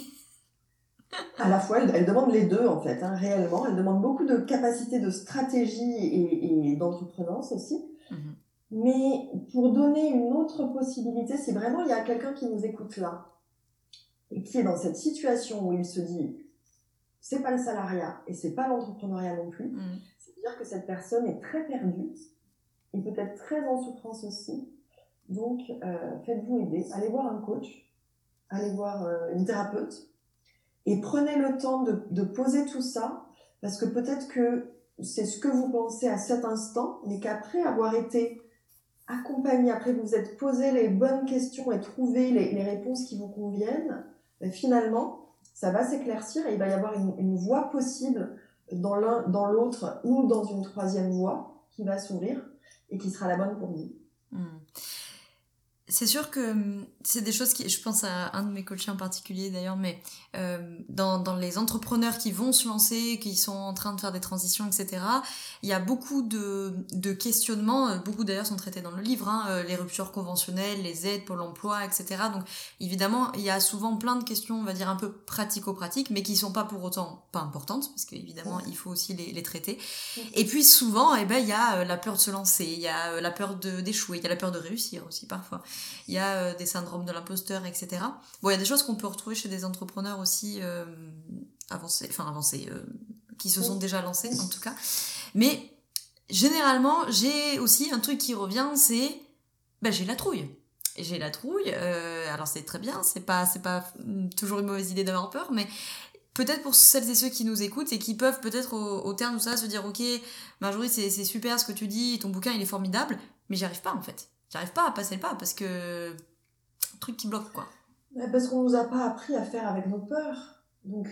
À la fois, elle, elle demande les deux en fait, hein, réellement. Elle demande beaucoup de capacité de stratégie et, et d'entrepreneuriat aussi. Mm-hmm. Mais pour donner une autre possibilité, si vraiment il y a quelqu'un qui nous écoute là et qui est dans cette situation où il se dit c'est pas le salariat et c'est pas l'entrepreneuriat non plus, mm. c'est-à-dire que cette personne est très perdue et peut-être très en souffrance aussi. Donc, euh, faites-vous aider. Allez voir un coach, allez voir euh, une thérapeute et prenez le temps de, de poser tout ça parce que peut-être que c'est ce que vous pensez à cet instant, mais qu'après avoir été accompagné, après vous vous êtes posé les bonnes questions et trouvé les, les réponses qui vous conviennent, ben finalement, ça va s'éclaircir et il va y avoir une, une voie possible dans l'un, dans l'autre ou dans une troisième voie qui va s'ouvrir et qui sera la bonne pour vous. Mmh. C'est sûr que c'est des choses qui, je pense à un de mes coachs en particulier d'ailleurs, mais euh, dans, dans les entrepreneurs qui vont se lancer, qui sont en train de faire des transitions, et cetera, il y a beaucoup de, de questionnements, beaucoup d'ailleurs sont traités dans le livre, hein, les ruptures conventionnelles, les aides pour l'emploi, et cetera. Donc évidemment, il y a souvent plein de questions, on va dire un peu pratico-pratiques, mais qui sont pas pour autant pas importantes, parce qu'évidemment, il faut aussi les, les traiter. Et puis souvent, eh ben, il y a la peur de se lancer, il y a la peur de, d'échouer, il y a la peur de réussir aussi parfois. Il y a euh, des syndromes de l'imposteur, et cetera. Bon, il y a des choses qu'on peut retrouver chez des entrepreneurs aussi euh, avancés, enfin avancés, euh, qui se sont déjà lancés en tout cas. Mais généralement, j'ai aussi un truc qui revient, c'est, ben j'ai la trouille. Et j'ai la trouille. Euh, alors c'est très bien, c'est pas, c'est pas toujours une mauvaise idée d'avoir peur, mais peut-être pour celles et ceux qui nous écoutent et qui peuvent peut-être au, au terme de ça se dire, ok, Marjorie, c'est, c'est super ce que tu dis, ton bouquin il est formidable, mais j'y arrive pas en fait. J'arrive pas à passer le pas parce que un truc qui bloque quoi. Parce qu'on nous a pas appris à faire avec nos peurs. Donc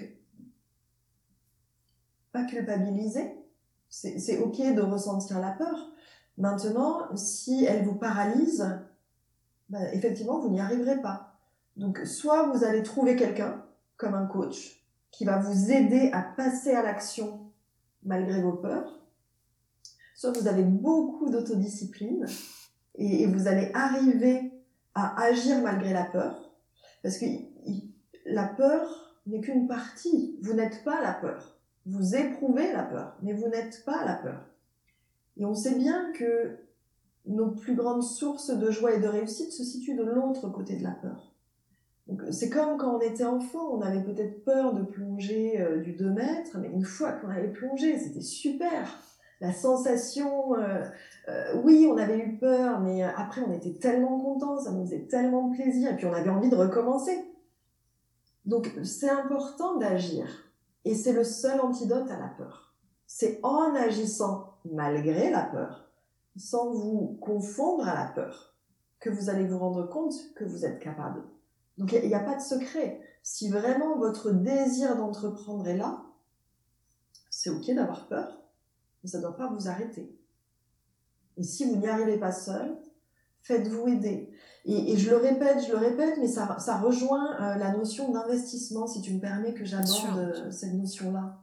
pas culpabiliser. C'est, c'est ok de ressentir la peur. Maintenant, si elle vous paralyse, ben, effectivement vous n'y arriverez pas. Donc soit vous allez trouver quelqu'un comme un coach qui va vous aider à passer à l'action malgré vos peurs. Soit vous avez beaucoup d'autodiscipline et vous allez arriver à agir malgré la peur, parce que la peur n'est qu'une partie. Vous n'êtes pas la peur. Vous éprouvez la peur, mais vous n'êtes pas la peur. Et on sait bien que nos plus grandes sources de joie et de réussite se situent de l'autre côté de la peur. Donc, c'est comme quand on était enfant, on avait peut-être peur de plonger euh, du deux mètres, mais une fois qu'on avait plongé, c'était super. La sensation, euh, euh, oui, on avait eu peur, mais après on était tellement contents, ça nous faisait tellement plaisir, et puis on avait envie de recommencer. Donc c'est important d'agir, et c'est le seul antidote à la peur. C'est en agissant malgré la peur, sans vous confondre à la peur, que vous allez vous rendre compte que vous êtes capable. Donc il n'y a, a pas de secret. Si vraiment votre désir d'entreprendre est là, c'est ok d'avoir peur, mais ça ne doit pas vous arrêter. Et si vous n'y arrivez pas seul, faites-vous aider. Et, et je le répète, je le répète, mais ça, ça rejoint euh, la notion d'investissement, si tu me permets que j'aborde euh, cette notion-là.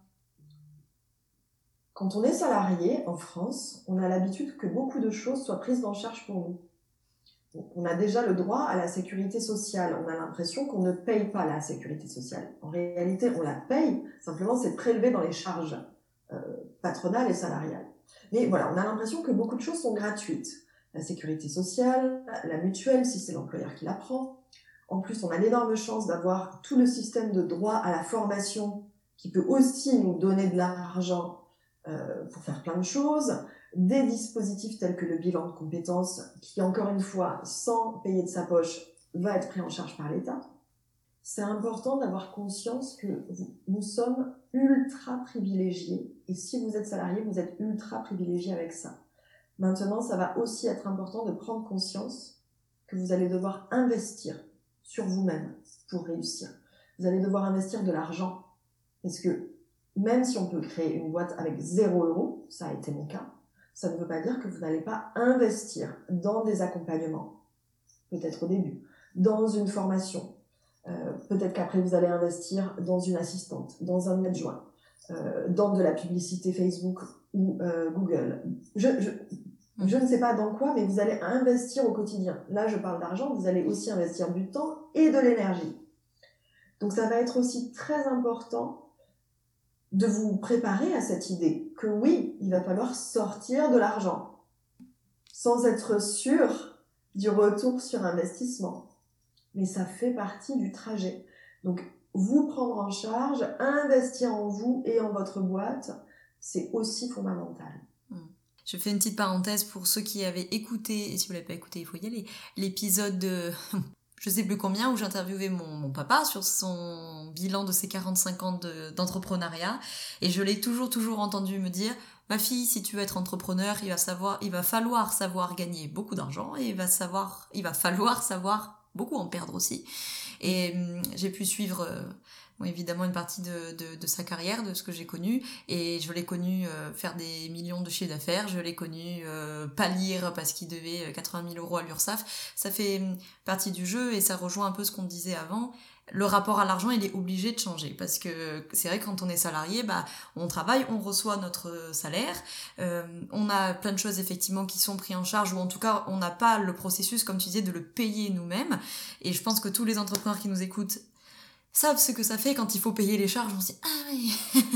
Quand on est salarié en France, on a l'habitude que beaucoup de choses soient prises en charge pour nous. On a déjà le droit à la sécurité sociale. On a l'impression qu'on ne paye pas la sécurité sociale. En réalité, on la paye, simplement c'est prélevé dans les charges euh, patronales et salariales. Mais voilà, on a l'impression que beaucoup de choses sont gratuites. La sécurité sociale, la mutuelle, si c'est l'employeur qui la prend. En plus, on a l'énorme chance d'avoir tout le système de droit à la formation qui peut aussi nous donner de l'argent euh, pour faire plein de choses. Des dispositifs tels que le bilan de compétences qui, encore une fois, sans payer de sa poche, va être pris en charge par l'État. C'est important d'avoir conscience que nous sommes ultra privilégiés. Et si vous êtes salarié, vous êtes ultra privilégié avec ça. Maintenant, ça va aussi être important de prendre conscience que vous allez devoir investir sur vous-même pour réussir. Vous allez devoir investir de l'argent. Parce que même si on peut créer une boîte avec zéro euro, ça a été mon cas, ça ne veut pas dire que vous n'allez pas investir dans des accompagnements, peut-être au début, dans une formation, euh, peut-être qu'après vous allez investir dans une assistante, dans un adjoint, euh, dans de la publicité Facebook ou euh, Google. Je, je, je ne sais pas dans quoi, mais vous allez investir au quotidien. Là, je parle d'argent, vous allez aussi investir du temps et de l'énergie. Donc ça va être aussi très important de vous préparer à cette idée que oui, il va falloir sortir de l'argent sans être sûr du retour sur investissement. Mais ça fait partie du trajet. Donc, vous prendre en charge, investir en vous et en votre boîte, c'est aussi fondamental. Je fais une petite parenthèse pour ceux qui avaient écouté, et si vous ne l'avez pas écouté, il faut y aller, l'épisode de... je sais plus combien, où j'interviewais mon, mon papa sur son bilan de ses quarante-cinq ans de, d'entrepreneuriat. Et je l'ai toujours, toujours entendu me dire, ma fille, si tu veux être entrepreneur, il va savoir, il va falloir savoir gagner beaucoup d'argent et il va savoir, il va falloir savoir beaucoup en perdre aussi. Et hum, j'ai pu suivre, euh, bon, évidemment, une partie de, de, de sa carrière, de ce que j'ai connu. Et je l'ai connu euh, faire des millions de chiffres d'affaires. Je l'ai connu euh, pâlir parce qu'il devait quatre-vingt mille euros à l'URSSAF. Ça fait hum, partie du jeu et ça rejoint un peu ce qu'on disait avant. Le rapport à l'argent, il est obligé de changer parce que c'est vrai que quand on est salarié, bah on travaille, on reçoit notre salaire, euh, on a plein de choses effectivement qui sont prises en charge ou en tout cas on n'a pas le processus comme tu disais de le payer nous-mêmes. Et je pense que tous les entrepreneurs qui nous écoutent savent ce que ça fait quand il faut payer les charges. On se dit ah oui,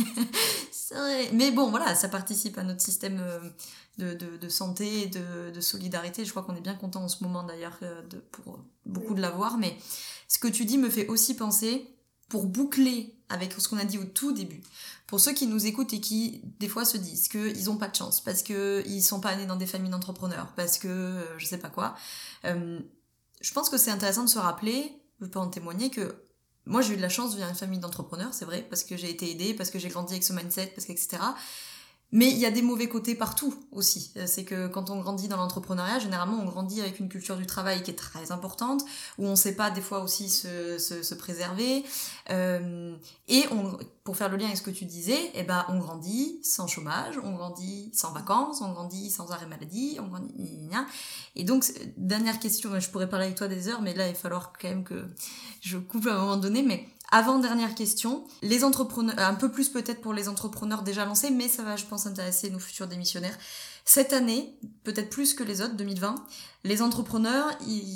c'est vrai. Mais bon voilà, ça participe à notre système de, de, de santé, de, de solidarité. Je crois qu'on est bien content en ce moment d'ailleurs de, pour beaucoup de l'avoir, mais ce que tu dis me fait aussi penser, pour boucler avec ce qu'on a dit au tout début, pour ceux qui nous écoutent et qui, des fois, se disent qu'ils n'ont pas de chance, parce qu'ils sont pas nés dans des familles d'entrepreneurs, parce que euh, je sais pas quoi, euh, je pense que c'est intéressant de se rappeler, je peux en témoigner, que moi j'ai eu de la chance de venir d'une famille d'entrepreneurs, c'est vrai, parce que j'ai été aidée, parce que j'ai grandi avec ce mindset, parce que et cetera. Mais il y a des mauvais côtés partout aussi. C'est que quand on grandit dans l'entrepreneuriat, généralement on grandit avec une culture du travail qui est très importante, où on sait pas des fois aussi se, se, se préserver. Euh, et on, pour faire le lien avec ce que tu disais, eh ben on grandit sans chômage, on grandit sans vacances, on grandit sans arrêt maladie, on grandit... Et donc, dernière question, je pourrais parler avec toi des heures, mais là il va falloir quand même que je coupe à un moment donné, mais... Avant-dernière question, les entrepreneurs, un peu plus peut-être pour les entrepreneurs déjà lancés, mais ça va, je pense, intéresser nos futurs démissionnaires. Cette année, peut-être plus que les autres, deux mille vingt, les entrepreneurs,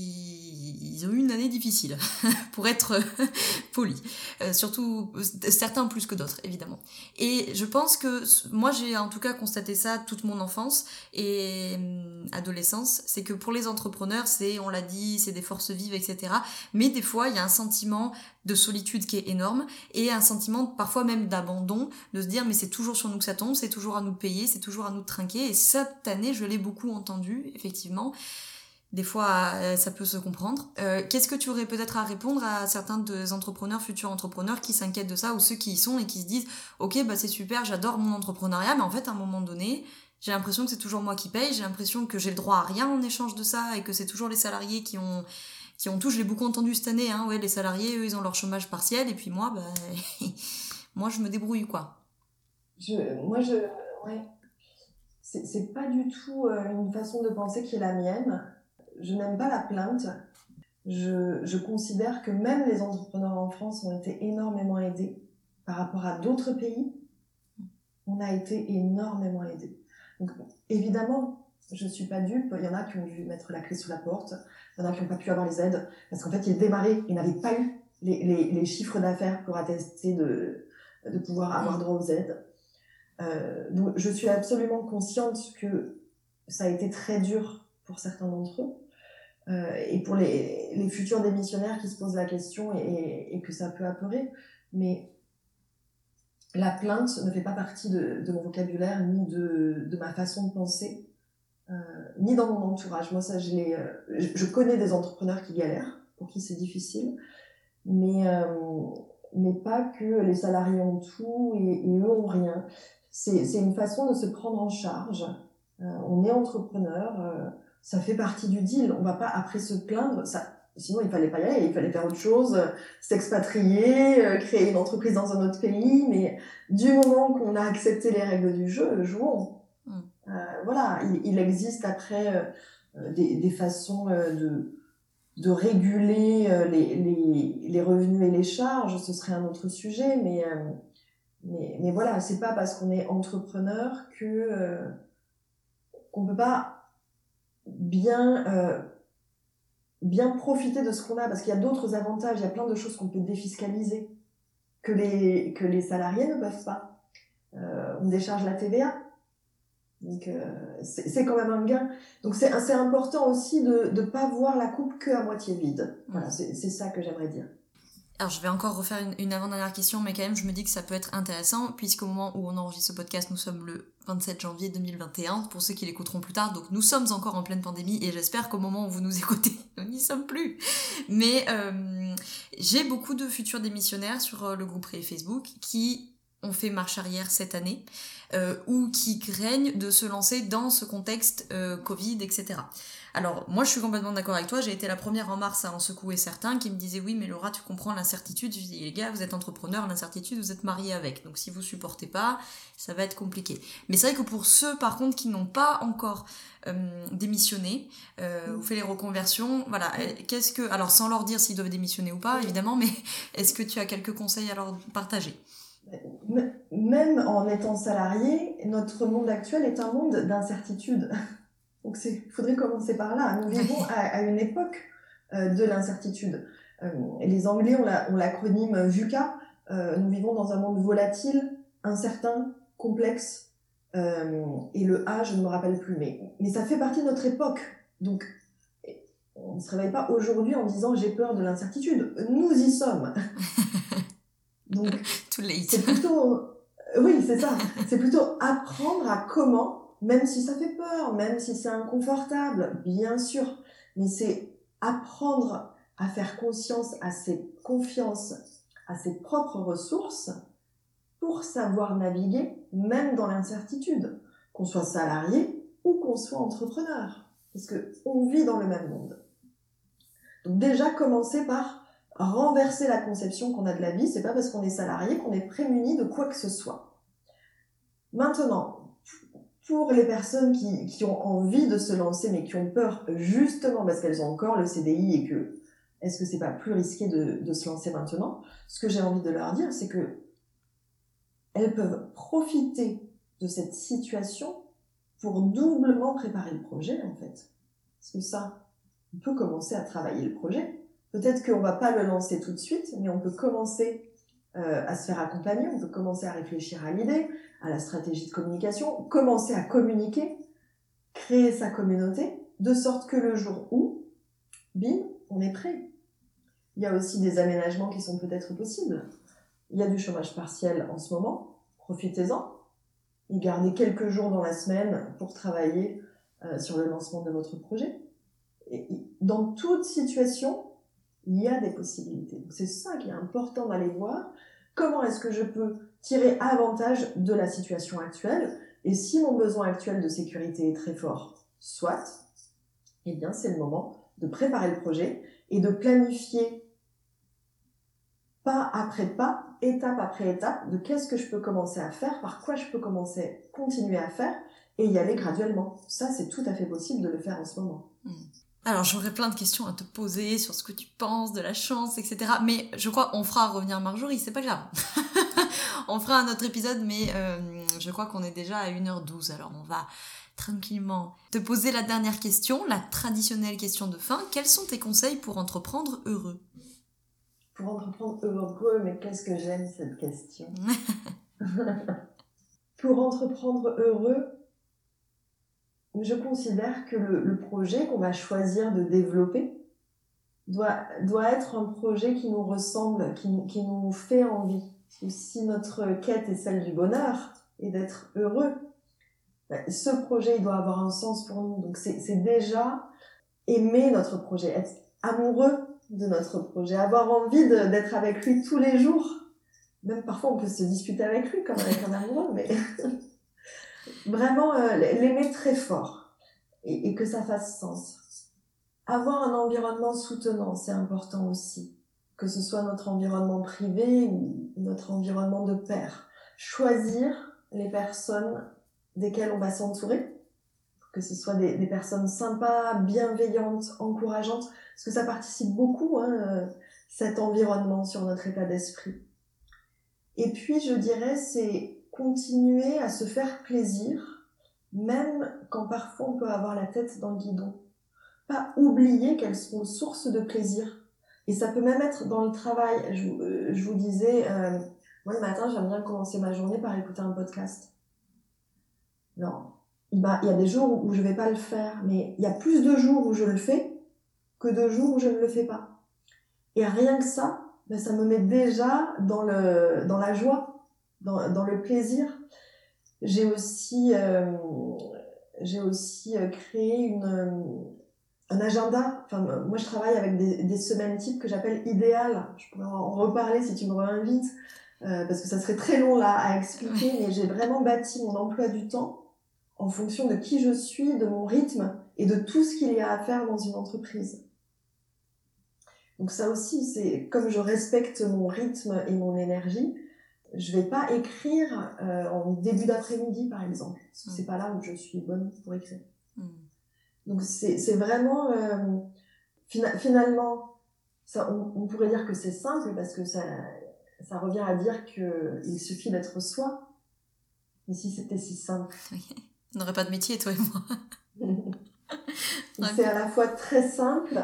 ils, ils ont eu une année difficile, pour être poli. Euh, surtout, certains plus que d'autres, évidemment. Et je pense que, moi j'ai en tout cas constaté ça toute mon enfance et hum, adolescence, c'est que pour les entrepreneurs, c'est, on l'a dit, c'est des forces vives, et cetera. Mais des fois, il y a un sentiment de solitude qui est énorme et un sentiment parfois même d'abandon, de se dire mais c'est toujours sur nous que ça tombe, c'est toujours à nous de payer, c'est toujours à nous de trinquer. Et cette année, je l'ai beaucoup entendu, effectivement. Des fois, euh, ça peut se comprendre. Euh, qu'est-ce que tu aurais peut-être à répondre à certains des entrepreneurs, futurs entrepreneurs qui s'inquiètent de ça ou ceux qui y sont et qui se disent « Ok, bah c'est super, j'adore mon entrepreneuriat, mais en fait, à un moment donné, j'ai l'impression que c'est toujours moi qui paye, j'ai l'impression que j'ai le droit à rien en échange de ça et que c'est toujours les salariés qui ont... » qui ont tout, je l'ai beaucoup entendu cette année, hein, ouais, les salariés, eux, ils ont leur chômage partiel, et puis moi, bah, moi, je me débrouille, quoi. Je, moi, je, ouais, c'est, c'est pas du tout euh, une façon de penser qui est la mienne. Je n'aime pas la plainte. Je, je considère que même les entrepreneurs en France ont été énormément aidés par rapport à d'autres pays. On a été énormément aidés. Donc, évidemment, je ne suis pas dupe. Il y en a qui ont dû mettre la clé sous la porte. Il y en a qui n'ont pas pu avoir les aides. Parce qu'en fait, ils démarraient, ils n'avaient pas eu les, les, les chiffres d'affaires pour attester de, de pouvoir avoir droit aux aides. Euh, donc, je suis absolument consciente que ça a été très dur pour certains d'entre eux. Euh, et pour les, les futurs démissionnaires qui se posent la question et, et que ça peut apeurer. Mais la plainte ne fait pas partie de, de mon vocabulaire, ni de, de ma façon de penser, euh, ni dans mon entourage. Moi, ça, je, l'ai, euh, je, je connais des entrepreneurs qui galèrent, pour qui c'est difficile, mais, euh, mais pas que les salariés ont tout et, et eux ont rien. C'est, c'est une façon de se prendre en charge. Euh, on est entrepreneur, euh, ça fait partie du deal. On va pas après se plaindre. Ça, sinon, il fallait pas y aller. Il fallait faire autre chose, euh, s'expatrier, euh, créer une entreprise dans un autre pays. Mais du moment qu'on a accepté les règles du jeu, jouons. Mm. Euh, voilà, il, il existe après euh, des, des façons euh, de, de réguler euh, les, les, les revenus et les charges. Ce serait un autre sujet, mais euh, mais, mais voilà, c'est pas parce qu'on est entrepreneur que euh, qu'on peut pas bien euh, bien profiter de ce qu'on a, parce qu'il y a d'autres avantages, il y a plein de choses qu'on peut défiscaliser que les que les salariés ne peuvent pas. Euh, on décharge la T V A, donc euh, c'est, c'est quand même un gain. Donc c'est c'est important aussi de de pas voir la coupe que à moitié vide. Voilà, c'est c'est ça que j'aimerais dire. Alors je vais encore refaire une, une avant-dernière question, mais quand même je me dis que ça peut être intéressant, puisqu'au moment où on enregistre ce podcast, nous sommes le vingt-sept janvier deux mille vingt et un, pour ceux qui l'écouteront plus tard, donc nous sommes encore en pleine pandémie, et j'espère qu'au moment où vous nous écoutez, nous n'y sommes plus. Mais euh, j'ai beaucoup de futurs démissionnaires sur le groupe Facebook qui ont fait marche arrière cette année, euh, ou qui craignent de se lancer dans ce contexte euh, Covid, et cetera. Alors, moi, je suis complètement d'accord avec toi. J'ai été la première en mars à en secouer certains qui me disaient « Oui, mais Laura, tu comprends l'incertitude. » Je dis « Les gars, vous êtes entrepreneurs, l'incertitude, vous êtes mariés avec. Donc, si vous supportez pas, ça va être compliqué. » Mais c'est vrai que pour ceux, par contre, qui n'ont pas encore euh, démissionné euh, ou fait les reconversions, voilà, qu'est-ce que... Alors, sans leur dire s'ils doivent démissionner ou pas, évidemment, mais est-ce que tu as quelques conseils à leur partager ? Même en étant salarié, notre monde actuel est un monde d'incertitude. Donc, il faudrait commencer par là. Nous vivons à, à une époque euh, de l'incertitude. Euh, les Anglais ont, la, ont l'acronyme VUCA. Euh, nous vivons dans un monde volatile, incertain, complexe. Euh, et le A, je ne me rappelle plus. Mais, mais ça fait partie de notre époque. Donc, on ne se réveille pas aujourd'hui en disant « j'ai peur de l'incertitude ». Nous y sommes. Donc, c'est plutôt... Oui, c'est ça. C'est plutôt apprendre à comment... Même si ça fait peur, même si c'est inconfortable, bien sûr, mais c'est apprendre à faire conscience, à ses confiance, à ses propres ressources pour savoir naviguer, même dans l'incertitude, qu'on soit salarié ou qu'on soit entrepreneur, parce que on vit dans le même monde. Donc déjà, commencer par renverser la conception qu'on a de la vie. C'est pas parce qu'on est salarié qu'on est prémuni de quoi que ce soit. Maintenant, pour les personnes qui, qui ont envie de se lancer, mais qui ont peur justement parce qu'elles ont encore le C D I et que est-ce que c'est pas plus risqué de, de se lancer maintenant? Ce que j'ai envie de leur dire, c'est que elles peuvent profiter de cette situation pour doublement préparer le projet, en fait. Parce que ça, on peut commencer à travailler le projet. Peut-être qu'on va pas le lancer tout de suite, mais on peut commencer euh, à se faire accompagner, on peut commencer à réfléchir à l'idée, à la stratégie de communication, commencer à communiquer, créer sa communauté, de sorte que le jour où, bim, on est prêt. Il y a aussi des aménagements qui sont peut-être possibles. Il y a du chômage partiel en ce moment, profitez-en. Et gardez quelques jours dans la semaine pour travailler euh, sur le lancement de votre projet. Et dans toute situation, il y a des possibilités. Donc c'est ça qui est important d'aller voir. Comment est-ce que je peux tirer avantage de la situation actuelle? Et si mon besoin actuel de sécurité est très fort, soit, eh bien c'est le moment de préparer le projet et de planifier pas après pas, étape après étape, de qu'est-ce que je peux commencer à faire, par quoi je peux commencer, continuer à faire, et y aller graduellement. Ça, c'est tout à fait possible de le faire en ce moment. Alors, j'aurais plein de questions à te poser sur ce que tu penses de la chance, et cetera. Mais je crois qu'on fera revenir Marjorie, c'est pas grave. On fera un autre épisode, mais euh, je crois qu'on est déjà à une heure douze. Alors, on va tranquillement te poser la dernière question, la traditionnelle question de fin. Quels sont tes conseils pour entreprendre heureux ? Pour entreprendre heureux, mais qu'est-ce que j'aime cette question. Pour entreprendre heureux, je considère que le, le projet qu'on va choisir de développer doit, doit être un projet qui nous ressemble, qui, qui nous fait envie. Si notre quête est celle du bonheur et d'être heureux, ben, ce projet il doit avoir un sens pour nous. Donc c'est, c'est déjà aimer notre projet, être amoureux de notre projet, avoir envie de, d'être avec lui tous les jours. Même parfois on peut se disputer avec lui comme avec un amoureux, mais vraiment euh, l'aimer très fort et, et que ça fasse sens. Avoir un environnement soutenant, c'est important aussi, que ce soit notre environnement privé ou notre environnement de pair. Choisir les personnes desquelles on va s'entourer, que ce soit des, des personnes sympas, bienveillantes, encourageantes, parce que ça participe beaucoup, hein, cet environnement sur notre état d'esprit. Et puis, je dirais, c'est continuer à se faire plaisir, même quand parfois on peut avoir la tête dans le guidon. Pas oublier qu'elles sont source de plaisir. Et ça peut même être dans le travail. Je, euh, je vous disais, euh, moi le matin, j'aime bien commencer ma journée par écouter un podcast. Non, il y a des jours où je vais pas le faire, mais il y a plus de jours où je le fais que de jours où je ne le fais pas. Et rien que ça, ben ça me met déjà dans le dans la joie, dans dans le plaisir. J'ai aussi euh, j'ai aussi créé une un agenda. Enfin moi je travaille avec des des semaines types que j'appelle idéales. Je pourrais en reparler si tu me réinvites euh, parce que ça serait très long là à expliquer, mais j'ai vraiment bâti mon emploi du temps en fonction de qui je suis, de mon rythme et de tout ce qu'il y a à faire dans une entreprise. Donc ça aussi, c'est comme je respecte mon rythme et mon énergie, je vais pas écrire euh, en début d'après-midi, par exemple, parce que c'est pas là où je suis bonne pour écrire. Mm. Donc c'est c'est vraiment euh, fina- finalement, ça, on, on pourrait dire que c'est simple parce que ça ça revient à dire que il suffit d'être soi. Mais si c'était si simple, on n'aurait pas de métier, toi et moi. Donc c'est à la fois très simple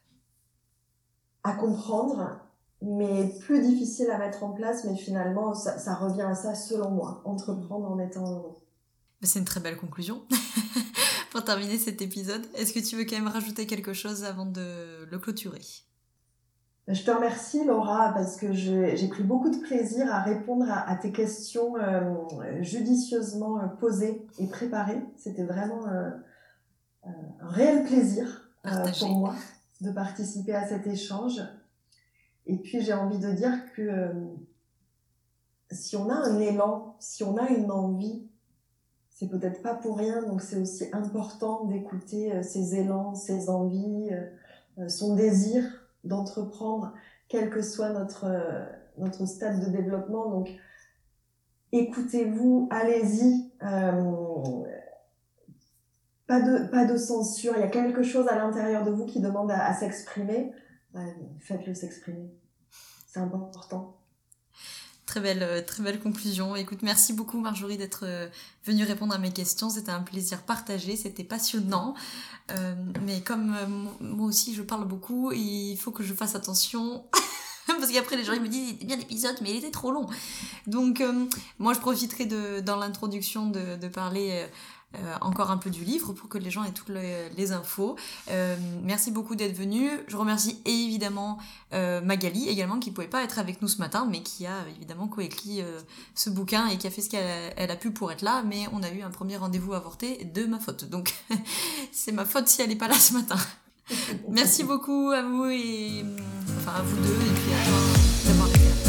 à comprendre, mais plus difficile à mettre en place, mais finalement, ça, ça revient à ça selon moi, entreprendre en étant heureux. C'est une très belle conclusion pour terminer cet épisode. Est-ce que tu veux quand même rajouter quelque chose avant de le clôturer ? Je te remercie Laura, parce que j'ai, j'ai pris beaucoup de plaisir à répondre à, à tes questions euh, judicieusement posées et préparées. C'était vraiment euh, euh, un réel plaisir euh, pour moi de participer à cet échange. Et puis j'ai envie de dire que euh, si on a un élan, si on a une envie, c'est peut-être pas pour rien, donc c'est aussi important d'écouter euh, ses élans, ses envies, euh, son désir d'entreprendre, quel que soit notre, euh, notre stade de développement. Donc écoutez-vous, allez-y, euh, pas de, pas de censure, il y a quelque chose à l'intérieur de vous qui demande à, à s'exprimer, euh, faites-le s'exprimer. C'est important. Très belle, très belle conclusion. Écoute, merci beaucoup Marjorie d'être venue répondre à mes questions. C'était un plaisir partagé, c'était passionnant. Euh, mais comme euh, moi aussi je parle beaucoup, il faut que je fasse attention. Parce qu'après les gens ils me disent il était bien l'épisode mais il était trop long. Donc euh, moi je profiterai de, dans l'introduction de, de parler... Euh, Euh, encore un peu du livre pour que les gens aient toutes les, les infos. Euh, merci beaucoup d'être venu. Je remercie évidemment euh, Magali également qui pouvait pas être avec nous ce matin mais qui a évidemment coécrit euh, ce bouquin et qui a fait ce qu'elle a, elle a pu pour être là, mais on a eu un premier rendez-vous avorté de ma faute. Donc c'est ma faute si elle est pas là ce matin. Merci beaucoup à vous et enfin à vous deux et puis à toi d'avoir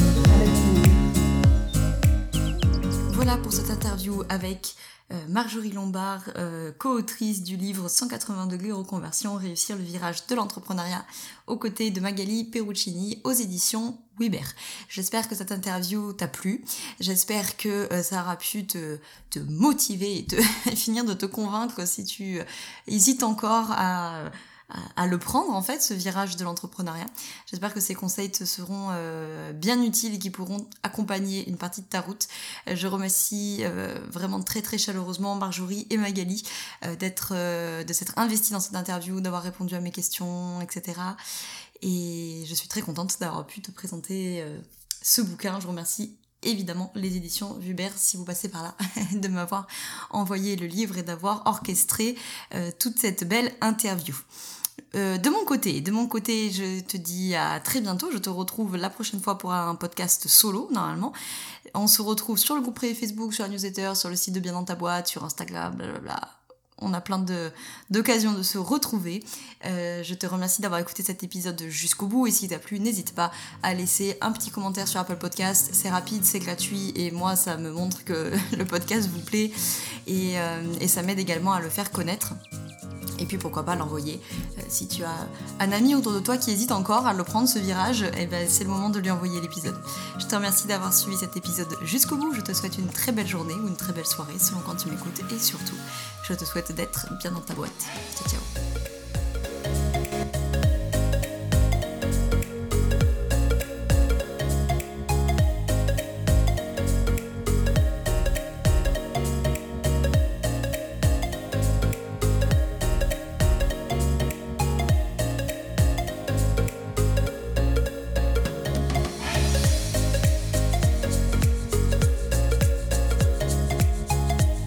été là. Voilà pour cette interview avec Marjorie Lombard, euh, co-autrice du livre cent quatre-vingts degrés reconversion, réussir le virage de l'entrepreneuriat, aux côtés de Magali Perruccini aux éditions Weber. J'espère que cette interview t'a plu, j'espère que euh, ça aura pu te, te motiver et te finir de te convaincre si tu euh, hésites encore à, à, à le prendre en fait, ce virage de l'entrepreneuriat. J'espère que ces conseils te seront euh, bien utiles et qui pourront accompagner une partie de ta route. Euh, je remercie euh, vraiment très très chaleureusement Marjorie et Magali euh, d'être, euh, de s'être investies dans cette interview, d'avoir répondu à mes questions, et cetera. Et je suis très contente d'avoir pu te présenter euh, ce bouquin. Je vous remercie évidemment les éditions Vubert, si vous passez par là, de m'avoir envoyé le livre et d'avoir orchestré euh, toute cette belle interview. Euh, de mon côté, de mon côté, je te dis à très bientôt. Je te retrouve la prochaine fois pour un podcast solo, normalement. On se retrouve sur le groupe privé Facebook, sur la newsletter, sur le site de Bien dans ta boîte, sur Instagram, blablabla. On a plein de, d'occasions de se retrouver. Euh, je te remercie d'avoir écouté cet épisode jusqu'au bout. Et si t'as plu, n'hésite pas à laisser un petit commentaire sur Apple Podcast. C'est rapide, c'est gratuit. Et moi, ça me montre que le podcast vous plaît. Et, euh, et ça m'aide également à le faire connaître. Et puis pourquoi pas l'envoyer. Euh, si tu as un ami autour de toi qui hésite encore à le prendre ce virage, eh ben, c'est le moment de lui envoyer l'épisode. Je te remercie d'avoir suivi cet épisode jusqu'au bout. Je te souhaite une très belle journée ou une très belle soirée selon quand tu m'écoutes. Et surtout, je te souhaite d'être bien dans ta boîte. Ciao ciao.